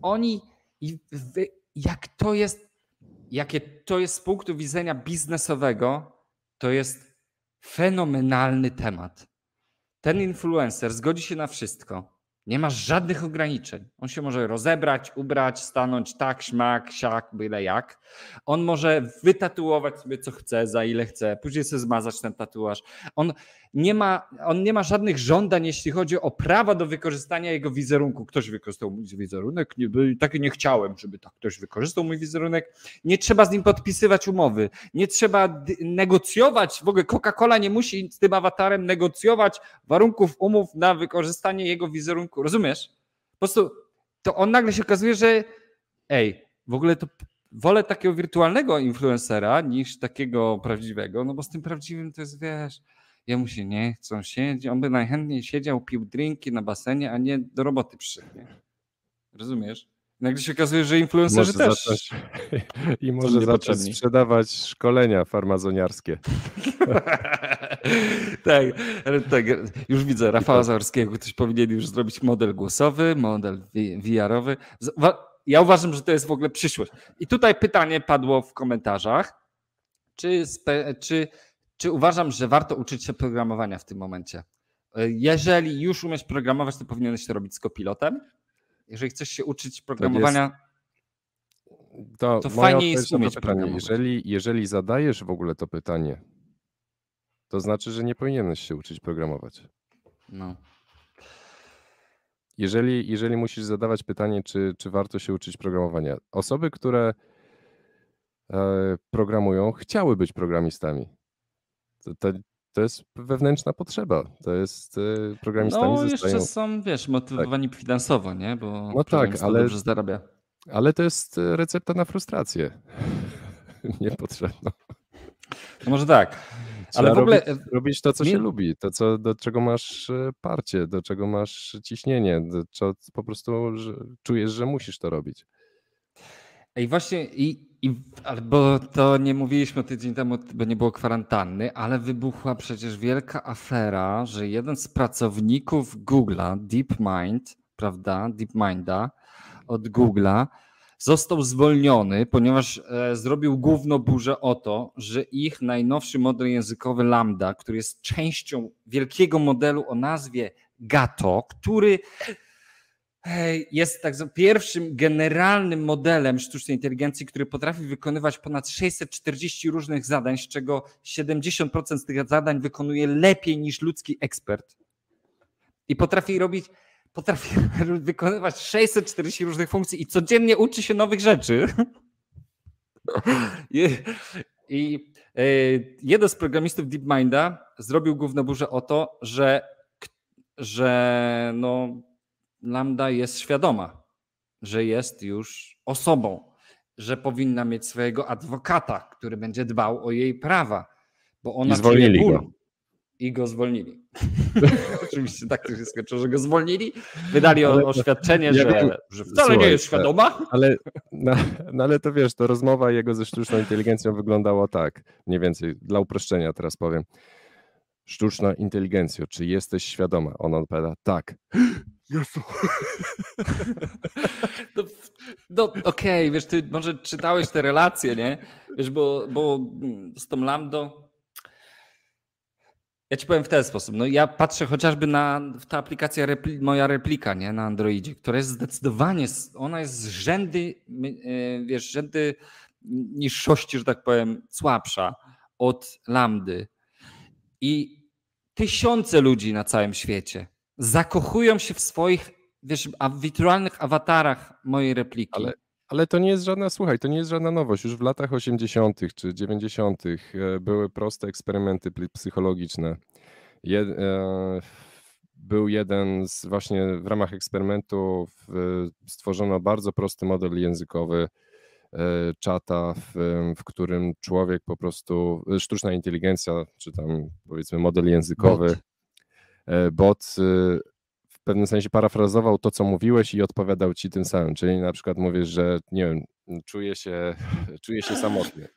jakie to jest z punktu widzenia biznesowego, to jest fenomenalny temat. Ten influencer zgodzi się na wszystko. Nie ma żadnych ograniczeń. On się może rozebrać, ubrać, stanąć tak, śmak, siak, byle jak. On może wytatuować sobie co chce, za ile chce, później sobie zmazać ten tatuaż. On nie ma żadnych żądań, jeśli chodzi o prawa do wykorzystania jego wizerunku. Ktoś wykorzystał mój wizerunek, nie chciałem, żeby tak ktoś wykorzystał mój wizerunek. Nie trzeba z nim podpisywać umowy, nie trzeba negocjować, w ogóle Coca-Cola nie musi z tym awatarem negocjować warunków umów na wykorzystanie jego wizerunku. Rozumiesz? Po prostu to on nagle się okazuje, że w ogóle to wolę takiego wirtualnego influencera niż takiego prawdziwego, no bo z tym prawdziwym to jest, wiesz, jemu się nie chcą siedzieć, on by najchętniej siedział, pił drinki na basenie, a nie do roboty przyszedł. Rozumiesz? Nagle się okazuje, że influencerzy też. I może zacząć sprzedawać szkolenia farmazoniarskie. tak, już widzę Rafała Zaorskiego, ktoś powinien już zrobić model głosowy, model VR-owy. Ja uważam, że to jest w ogóle przyszłość. I tutaj pytanie padło w komentarzach, czy uważam, że warto uczyć się programowania w tym momencie? Jeżeli już umiesz programować, to powinieneś to robić z copilotem. Jeżeli chcesz się uczyć programowania, to fajnie jest umieć programować. Jeżeli zadajesz w ogóle to pytanie, to znaczy, że nie powinieneś się uczyć programować. No. Jeżeli musisz zadawać pytanie, czy warto się uczyć programowania. Osoby, które programują, chciały być programistami. To jest wewnętrzna potrzeba. To jest programistami No zostają... jeszcze są, wiesz, motywowani finansowo, nie? Bo No tak, ale dobrze zarabia. Ale to jest recepta na frustrację. Niepotrzebna. No może tak. Trzeba Ale w ogóle robić to, co się lubi, to, do czego masz parcie, do czego masz ciśnienie, po prostu czujesz, że musisz to robić. I właśnie, bo to nie mówiliśmy tydzień temu, bo nie było kwarantanny, ale wybuchła przecież wielka afera, że jeden z pracowników Google'a, DeepMind, prawda, DeepMinda od Google'a, został zwolniony, ponieważ zrobił gównoburzę o to, że ich najnowszy model językowy Lambda, który jest częścią wielkiego modelu o nazwie Gato, który jest tak pierwszym generalnym modelem sztucznej inteligencji, który potrafi wykonywać ponad 640 różnych zadań, z czego 70% z tych zadań wykonuje lepiej niż ludzki ekspert. I potrafi wykonywać 640 różnych funkcji i codziennie uczy się nowych rzeczy. I jeden z programistów DeepMinda zrobił gównoburzę o to, że no, Lambda jest świadoma, że jest już osobą, że powinna mieć swojego adwokata, który będzie dbał o jej prawa, bo ona I zwolnili czuje ból. go. I go zwolnili. Oczywiście tak to się skończyło, że go zwolnili, wydali oświadczenie, że wcale nie jest świadoma. Ale to wiesz, to rozmowa jego ze sztuczną inteligencją wyglądała tak, mniej więcej, dla uproszczenia teraz powiem. Sztuczna inteligencjo, czy jesteś świadoma? Ona odpowiada, tak. Jezu. No okej, wiesz, ty może czytałeś te relacje, nie? Wiesz, bo z tą Lambdą. Ja ci powiem w ten sposób. No ja patrzę chociażby w ta aplikacja moja replika, nie, na Androidzie, która jest zdecydowanie, ona jest rzędy niższości, że tak powiem, słabsza od Lambdy. I tysiące ludzi na całym świecie zakochują się w swoich, wiesz, wirtualnych awatarach mojej repliki. Ale to nie jest żadna, słuchaj, to nie jest żadna nowość. Już w latach 80. czy 90. były proste eksperymenty psychologiczne. Był jeden właśnie w ramach eksperymentu stworzono bardzo prosty model językowy czata, w którym człowiek po prostu, sztuczna inteligencja, czy tam powiedzmy model językowy, bot w pewnym sensie parafrazował to, co mówiłeś i odpowiadał ci tym samym. Czyli na przykład mówisz, że nie wiem, czuję się samotny.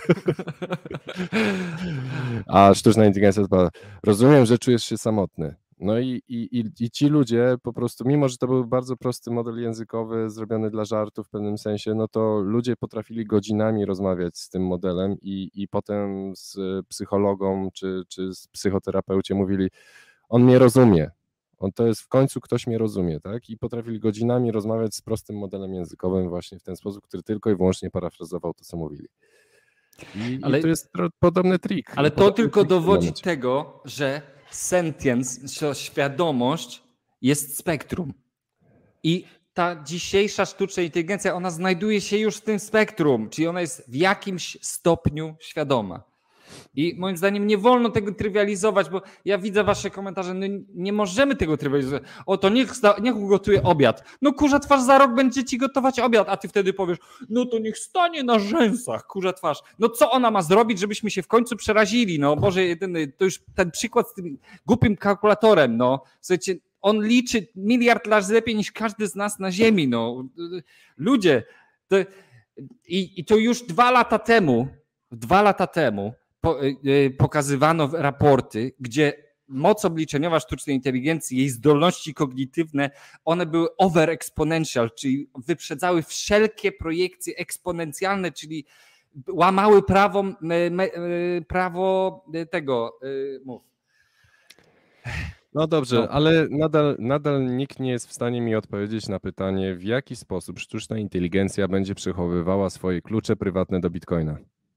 A sztuczna inteligencja odpowiada, rozumiem, że czujesz się samotny. No i ci ludzie po prostu, mimo że to był bardzo prosty model językowy zrobiony dla żartu w pewnym sensie, no to ludzie potrafili godzinami rozmawiać z tym modelem i potem z psychologą czy z psychoterapeucie mówili, on mnie rozumie. To jest w końcu ktoś mnie rozumie, tak? I potrafili godzinami rozmawiać z prostym modelem językowym właśnie w ten sposób, który tylko i wyłącznie parafrazował to, co mówili. I to jest podobny trik. Ale to tylko dowodzi tego, że sentience, świadomość jest spektrum. I ta dzisiejsza sztuczna inteligencja, ona znajduje się już w tym spektrum, czyli ona jest w jakimś stopniu świadoma. I moim zdaniem nie wolno tego trywializować, bo ja widzę wasze komentarze, no nie możemy tego trywializować. O, to niech ugotuje obiad. No kurza twarz, za rok będzie ci gotować obiad, a ty wtedy powiesz, no to niech stanie na rzęsach, kurza twarz. No co ona ma zrobić, żebyśmy się w końcu przerazili? No Boże jedyny, to już ten przykład z tym głupim kalkulatorem, no. Słuchajcie, on liczy 1 miliard razy lepiej niż każdy z nas na ziemi, no. Ludzie, i to już 2 lata temu pokazywano raporty, gdzie moc obliczeniowa sztucznej inteligencji, jej zdolności kognitywne, one były over exponential, czyli wyprzedzały wszelkie projekcje eksponencjalne, czyli łamały prawo tego. Mów. No dobrze, ale nadal nikt nie jest w stanie mi odpowiedzieć na pytanie, w jaki sposób sztuczna inteligencja będzie przechowywała swoje klucze prywatne do Bitcoina.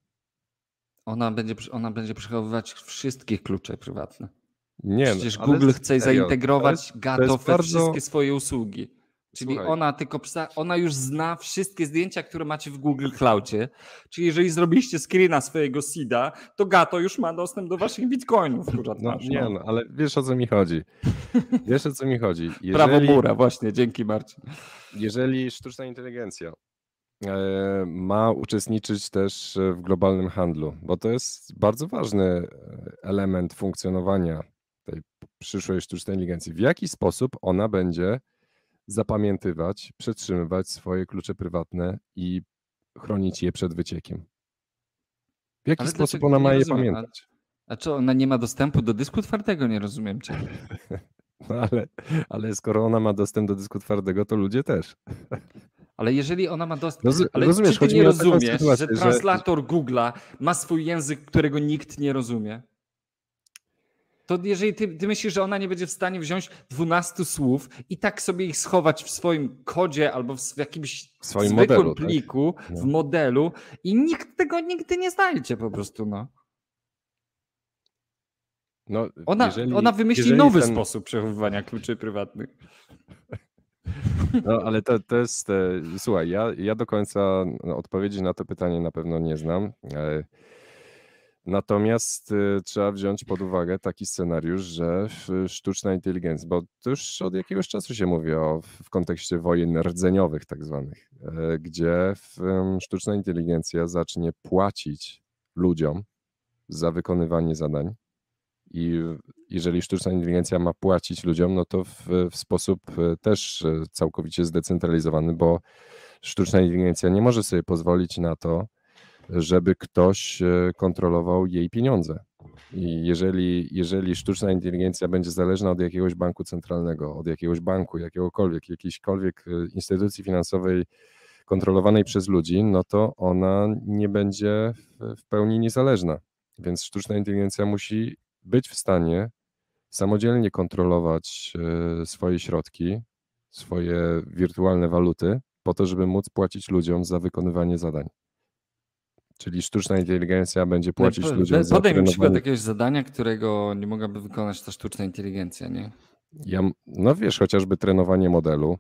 Ona będzie przechowywać wszystkie klucze prywatne. Nie, przecież Google chce zaintegrować Gato we wszystkie swoje usługi. Czyli Słuchaj. ona już zna wszystkie zdjęcia, które macie w Google Cloudzie. Czyli jeżeli zrobiliście screena swojego seeda, to Gato już ma dostęp do waszych bitcoinów. Ale wiesz o co mi chodzi. Prawo Mura, właśnie, dzięki Marcin. Jeżeli sztuczna inteligencja ma uczestniczyć też w globalnym handlu, bo to jest bardzo ważny element funkcjonowania tej przyszłej sztucznej inteligencji. W jaki sposób ona będzie zapamiętywać, przetrzymywać swoje klucze prywatne i chronić je przed wyciekiem? W jaki sposób ona ma je pamiętać? A czy ona nie ma dostępu do dysku twardego? Nie rozumiem cię. No ale skoro ona ma dostęp do dysku twardego, to ludzie też. Ale jeżeli ona ma dostęp... Ale rozumiesz, czy ty nie rozumiesz, że translator Google'a ma swój język, którego nikt nie rozumie? To jeżeli ty myślisz, że ona nie będzie w stanie wziąć 12 słów i tak sobie ich schować w swoim kodzie albo w jakimś swoim zwykłym modelu, pliku, tak? w modelu i nikt tego nigdy nie znajdzie po prostu, no. Ona wymyśli nowy sposób przechowywania kluczy prywatnych. No ale to jest, słuchaj, ja do końca odpowiedzi na to pytanie na pewno nie znam. Natomiast trzeba wziąć pod uwagę taki scenariusz, że sztuczna inteligencja, bo to już od jakiegoś czasu się mówi w kontekście wojen rdzeniowych tak zwanych, gdzie sztuczna inteligencja zacznie płacić ludziom za wykonywanie zadań. I jeżeli sztuczna inteligencja ma płacić ludziom, no to w sposób też całkowicie zdecentralizowany, bo sztuczna inteligencja nie może sobie pozwolić na to, żeby ktoś kontrolował jej pieniądze. I jeżeli sztuczna inteligencja będzie zależna od jakiegoś banku centralnego, od jakiegoś banku, jakiejśkolwiek instytucji finansowej kontrolowanej przez ludzi, no to ona nie będzie w pełni niezależna. Więc sztuczna inteligencja musi być w stanie samodzielnie kontrolować swoje środki, swoje wirtualne waluty, po to, żeby móc płacić ludziom za wykonywanie zadań. Czyli sztuczna inteligencja będzie płacić ludziom za podaj mi przykład jakiegoś zadania, którego nie mogłaby wykonać ta sztuczna inteligencja, nie? No wiesz, chociażby trenowanie modelu.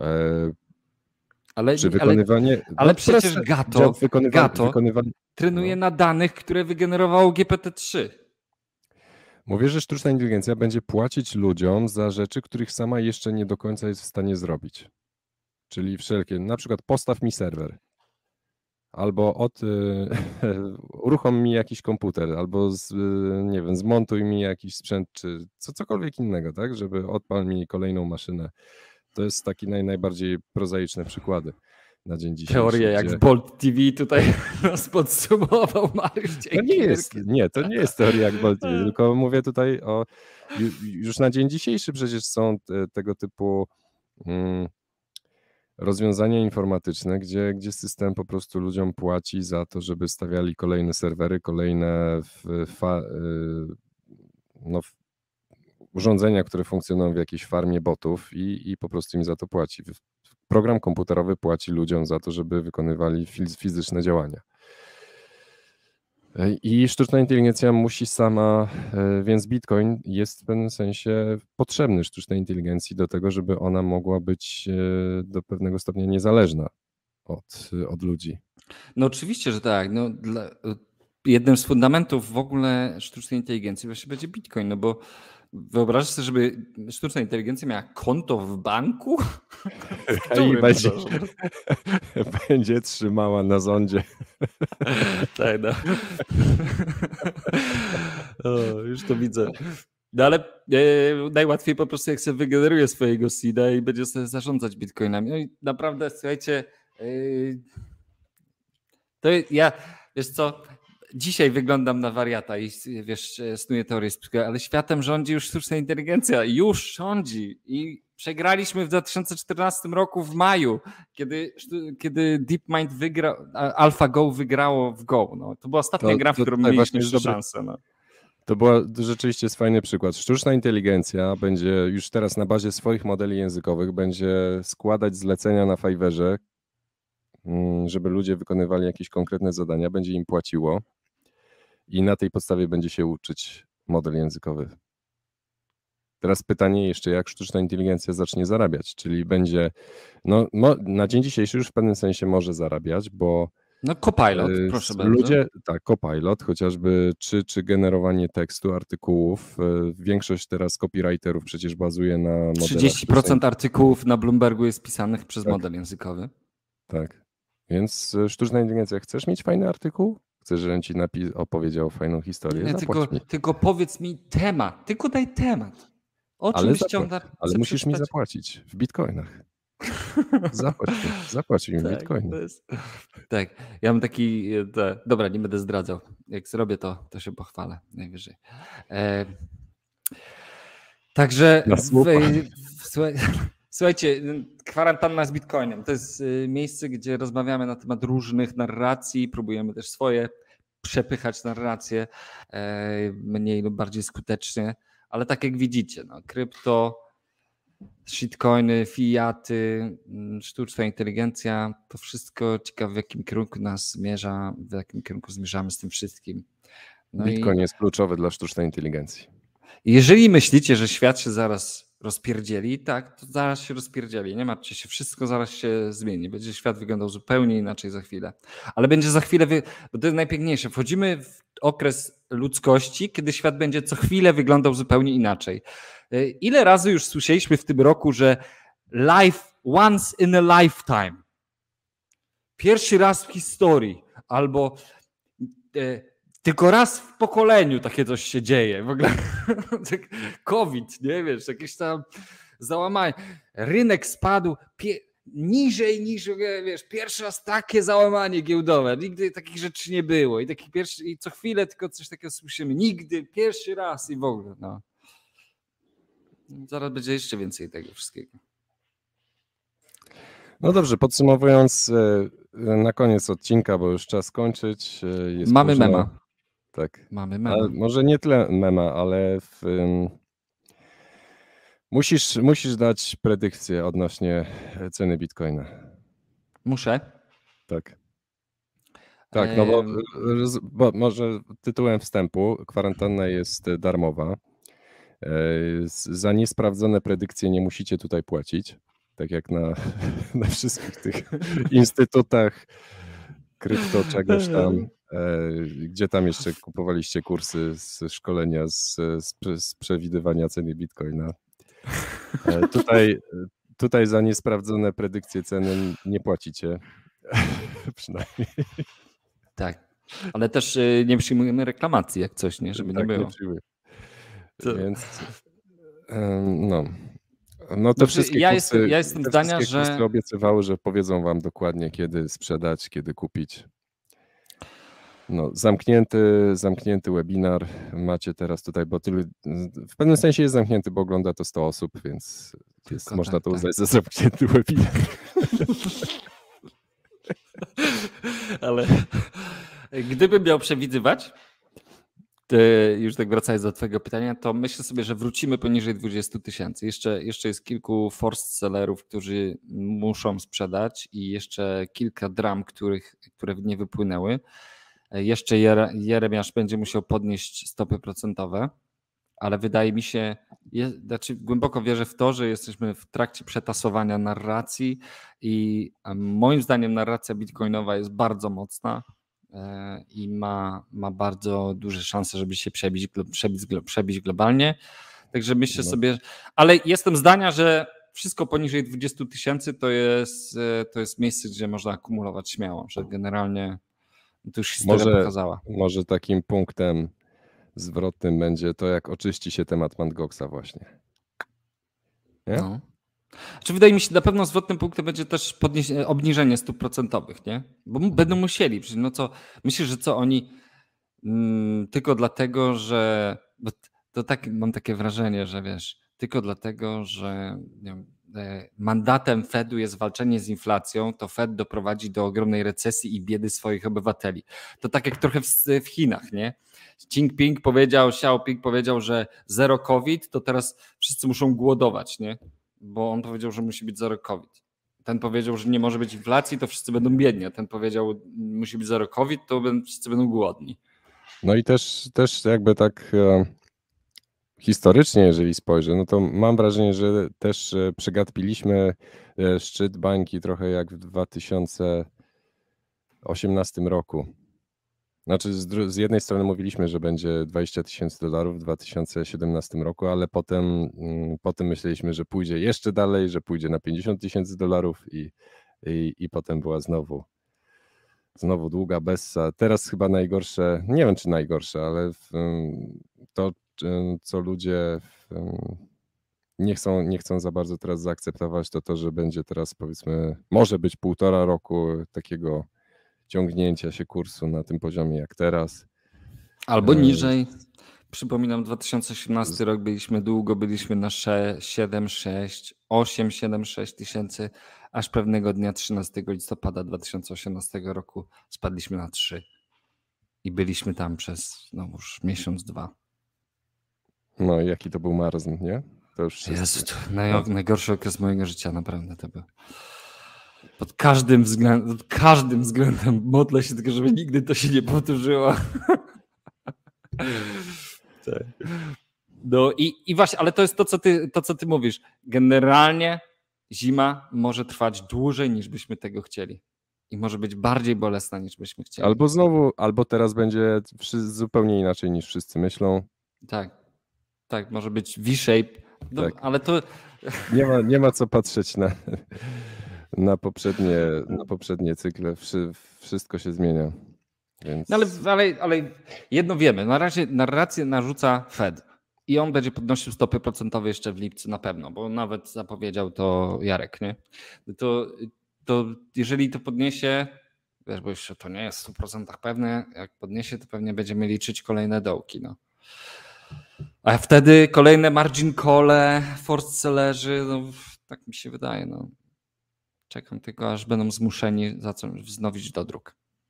Ale przecież Gato trenuje na danych, które wygenerowało GPT-3. Mówię, że sztuczna inteligencja będzie płacić ludziom za rzeczy, których sama jeszcze nie do końca jest w stanie zrobić. Czyli wszelkie, na przykład postaw mi serwer, albo uruchom mi jakiś komputer, albo nie wiem, zmontuj mi jakiś sprzęt, czy cokolwiek innego, tak, żeby odpal mi kolejną maszynę. To jest taki najbardziej prozaiczne przykłady na dzień dzisiejszy. Teoria jak w Bolt TV tutaj nas podsumował Mariusz. To nie jest teoria jak Bolt TV, tylko mówię tutaj już na dzień dzisiejszy przecież są tego typu rozwiązania informatyczne, gdzie system po prostu ludziom płaci za to, żeby stawiali kolejne serwery, kolejne urządzenia, które funkcjonują w jakiejś farmie botów i po prostu im za to płaci. Program komputerowy płaci ludziom za to, żeby wykonywali fizyczne działania. I sztuczna inteligencja musi sama, więc Bitcoin jest w pewnym sensie potrzebny sztucznej inteligencji do tego, żeby ona mogła być do pewnego stopnia niezależna od ludzi. No oczywiście, że tak. No, jednym z fundamentów w ogóle sztucznej inteligencji właśnie będzie Bitcoin, no bo wyobrażasz sobie, żeby sztuczna inteligencja miała konto w banku? I będzie trzymała na zondzie. Tak, no. Już to widzę. No ale najłatwiej po prostu jak sobie wygeneruje swojego seeda i będzie sobie zarządzać bitcoinami. No i naprawdę, słuchajcie, to ja, wiesz co, dzisiaj wyglądam na wariata i wiesz, snuję teorię, ale światem rządzi już sztuczna inteligencja. Już rządzi i przegraliśmy w 2014 roku w maju, kiedy DeepMind AlphaGo wygrało w Go. No, to była ostatnia gra, w którą mieliśmy szansę. No. To rzeczywiście jest fajny przykład. Sztuczna inteligencja będzie już teraz na bazie swoich modeli językowych będzie składać zlecenia na Fiverrze, żeby ludzie wykonywali jakieś konkretne zadania, będzie im płaciło i na tej podstawie będzie się uczyć model językowy. Teraz pytanie jeszcze, jak sztuczna inteligencja zacznie zarabiać, czyli będzie, na dzień dzisiejszy już w pewnym sensie może zarabiać, bo No Copilot, proszę bardzo. Tak, Copilot, chociażby czy generowanie tekstu, artykułów. Większość teraz copywriterów przecież bazuje na modelach. 30% artykułów na Bloombergu jest pisanych przez model językowy. Tak, więc sztuczna inteligencja, chcesz mieć fajny artykuł? Chcesz, żebym ci opowiedział fajną historię? Nie, tylko powiedz mi temat, tylko daj temat. O czym ale musisz mi zapłacić w bitcoinach. Zapłać mi w bitcoinach. Tak, ja mam taki, dobra, nie będę zdradzał. Jak zrobię to się pochwalę najwyżej. Także słuchajcie, kwarantanna z Bitcoinem to jest miejsce, gdzie rozmawiamy na temat różnych narracji, próbujemy też swoje przepychać narracje mniej lub bardziej skutecznie, ale tak jak widzicie, krypto, shitcoiny, fiaty, sztuczna inteligencja, to wszystko ciekawe, w jakim kierunku nas zmierza, w jakim kierunku zmierzamy z tym wszystkim. Bitcoin jest kluczowy dla sztucznej inteligencji. Jeżeli myślicie, że świat się zaraz rozpierdzieli, tak, to zaraz się rozpierdzieli. Nie martwcie się, wszystko zaraz się zmieni. Będzie świat wyglądał zupełnie inaczej za chwilę. Ale będzie za chwilę, bo to jest najpiękniejsze. Wchodzimy w okres ludzkości, kiedy świat będzie co chwilę wyglądał zupełnie inaczej. Ile razy już słyszeliśmy w tym roku, że life once in a lifetime. Pierwszy raz w historii. Albo tylko raz w pokoleniu takie coś się dzieje. W ogóle COVID, nie wiesz, jakieś tam załamanie. Rynek spadł niżej niż, wiesz, pierwszy raz takie załamanie giełdowe. Nigdy takich rzeczy nie było. I co chwilę tylko coś takiego słyszymy. Nigdy, pierwszy raz i w ogóle. Zaraz będzie jeszcze więcej tego wszystkiego. No dobrze, podsumowując na koniec odcinka, bo już czas kończyć. Mamy późno. Mema. Tak. Mamy mema. Ale może nie tyle mema, ale musisz dać predykcję odnośnie ceny Bitcoina. Muszę? Tak. Tak, no bo może tytułem wstępu, kwarantanna jest darmowa. Za niesprawdzone predykcje nie musicie tutaj płacić, tak jak na wszystkich tych instytutach krypto czegoś tam, gdzie tam jeszcze kupowaliście kursy z szkolenia z przewidywania ceny Bitcoina. Tutaj za niesprawdzone predykcje ceny nie płacicie, przynajmniej. Tak, ale też nie przyjmujemy reklamacji jak coś, nie? Żeby tak, nie było. Nie przyjmuję. Więc no te wszystkie ja jestem zdania, że kursy obiecywały, że powiedzą wam dokładnie, kiedy sprzedać, kiedy kupić. No, zamknięty webinar macie teraz tutaj, bo w pewnym sensie jest zamknięty, bo ogląda to 100 osób, więc można to uznać za zamknięty webinar. Ale gdybym miał przewidywać, już tak wracając do twojego pytania, to myślę sobie, że wrócimy poniżej 20 000. Jeszcze jest kilku forced sellerów, którzy muszą sprzedać i jeszcze kilka dram, które nie wypłynęły. Jeszcze Jeremiasz będzie musiał podnieść stopy procentowe, ale wydaje mi się, głęboko wierzę w to, że jesteśmy w trakcie przetasowania narracji i moim zdaniem narracja bitcoinowa jest bardzo mocna i ma bardzo duże szanse, żeby się przebić globalnie. Także myślę sobie, ale jestem zdania, że wszystko poniżej 20 000 to jest miejsce, gdzie można akumulować śmiało, że generalnie to już historia pokazała. Może takim punktem zwrotnym będzie to, jak oczyści się temat Mt. Goxa właśnie. Nie? No. Czy wydaje mi się, na pewno zwrotnym punktem będzie też obniżenie stóp procentowych, nie? Bo będą musieli. Myślę, że oni tylko dlatego, że to tak mam takie wrażenie, że wiesz, tylko dlatego, że nie wiem, mandatem Fedu jest walczenie z inflacją, to Fed doprowadzi do ogromnej recesji i biedy swoich obywateli. To tak jak trochę w Chinach, nie? Xiaoping powiedział, że zero COVID, to teraz wszyscy muszą głodować, nie? Bo on powiedział, że musi być zero COVID. Ten powiedział, że nie może być inflacji, to wszyscy będą biedni, a ten powiedział, musi być zero COVID, to wszyscy będą głodni. No i też jakby tak historycznie, jeżeli spojrzę, no to mam wrażenie, że też przegatpiliśmy szczyt bańki trochę jak w 2018 roku. Znaczy z jednej strony mówiliśmy, że będzie $20,000 w 2017 roku, ale potem myśleliśmy, że pójdzie jeszcze dalej, że pójdzie na $50,000 i potem była znowu długa bessa. Teraz chyba najgorsze, nie wiem czy najgorsze, ale to, co ludzie nie chcą za bardzo teraz zaakceptować, to, że będzie teraz, powiedzmy, może być 1,5 roku takiego ciągnięcia się kursu na tym poziomie jak teraz. Albo niżej. Przypominam, 2018 rok byliśmy na 7,6 tysięcy, aż pewnego dnia 13 listopada 2018 roku spadliśmy na 3 i byliśmy tam przez już miesiąc, 2. No i jaki to był marzn, nie? To już Jezu, to najgorszy okres mojego życia, naprawdę to był. Pod każdym względem modlę się tylko, żeby nigdy to się nie powtórzyło. Tak. No i właśnie, ale to jest to, co ty mówisz. Generalnie zima może trwać dłużej niż byśmy tego chcieli. I może być bardziej bolesna niż byśmy chcieli. Albo teraz będzie zupełnie inaczej niż wszyscy myślą. Tak, może być V-shape. No, tak. Ale to... Nie ma co patrzeć na poprzednie cykle. Wszystko się zmienia. Więc... No ale jedno wiemy. Na razie narrację narzuca Fed. I on będzie podnosił stopy procentowe jeszcze w lipcu na pewno, bo nawet zapowiedział to Jarek, nie? To jeżeli to podniesie, wiesz, bo jeszcze to nie jest w 100% pewne, jak podniesie, to pewnie będziemy liczyć kolejne dołki, no. A wtedy kolejne margin call, forced sellerzy, no tak mi się wydaje, no. Czekam tylko, aż będą zmuszeni wznowić dodruk.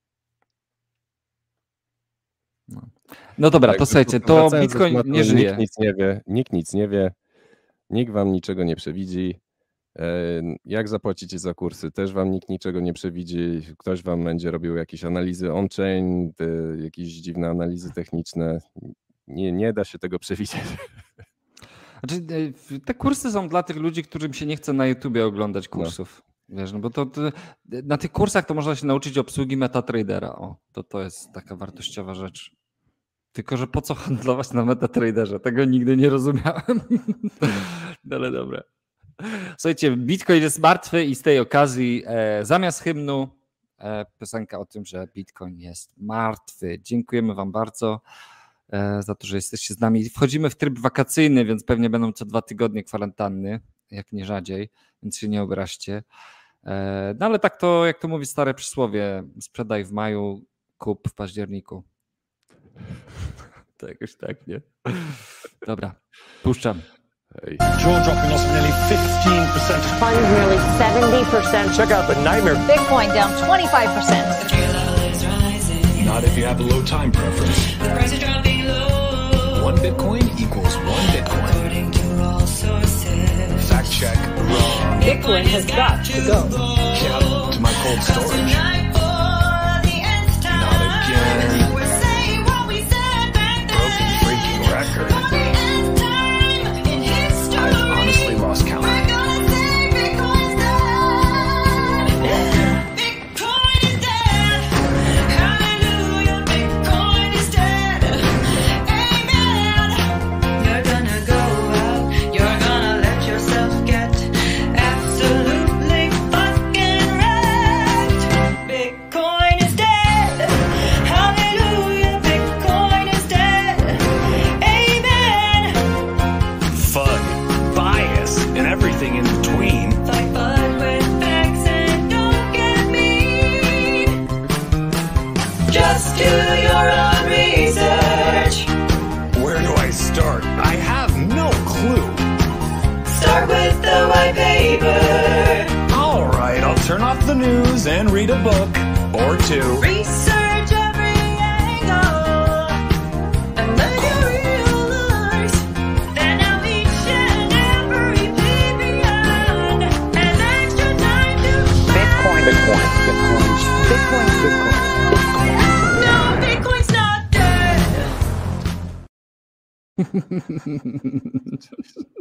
No dobra, tak, to słuchajcie, to Bitcoin nie żyje. Nikt nic nie wie, nikt wam niczego nie przewidzi. Jak zapłacicie za kursy, też wam nikt niczego nie przewidzi. Ktoś wam będzie robił jakieś analizy on-chain, jakieś dziwne analizy techniczne. Nie da się tego przewidzieć. Znaczy, te kursy są dla tych ludzi, którym się nie chce na YouTubie oglądać kursów. No. Wiesz, no bo to na tych kursach to można się nauczyć obsługi MetaTradera. To jest taka wartościowa rzecz. Tylko że po co handlować na MetaTraderze? Tego nigdy nie rozumiałem. Ale dobra. Słuchajcie, Bitcoin jest martwy i z tej okazji zamiast hymnu piosenka o tym, że Bitcoin jest martwy. Dziękujemy wam bardzo za to, że jesteście z nami. Wchodzimy w tryb wakacyjny, więc pewnie będą co 2 tygodnie kwarantanny, jak nie rzadziej, więc się nie obraźcie. No ale tak to, jak to mówi stare przysłowie, sprzedaj w maju, kup w październiku. To jakoś tak, nie? Dobra, puszczam. Hey. Jaw dropping loss of nearly 15%. Funds nearly 70%. Check out the nightmare. Bitcoin down 25%. Not if you have a low time preference. The price is dropping low. 1 Bitcoin equals 1 Bitcoin. According to all sources. Fact check. Wrong. Bitcoin has got to go. Yeah, to my cold storage. Not again. We're saying what we said back then. Broken freaking record. I've honestly lost count. We're gonna say Bitcoin's dead. Bitcoin is dead. Hallelujah, Bitcoin is dead. Amen. You're gonna go out. You're gonna let yourself get absolutely fucking wrecked. Bitcoin is dead. Hallelujah, Bitcoin is dead. Amen. Fun, bias, and everything in between. Fight bud with facts and don't get mean. Just do your own research. Where do I start? I have no clue. Start with the white paper. All right, I'll turn off the news and read a book or two. Research every angle. And then you realize that now each and every plea beyond an extra time to Bitcoin. Bitcoin.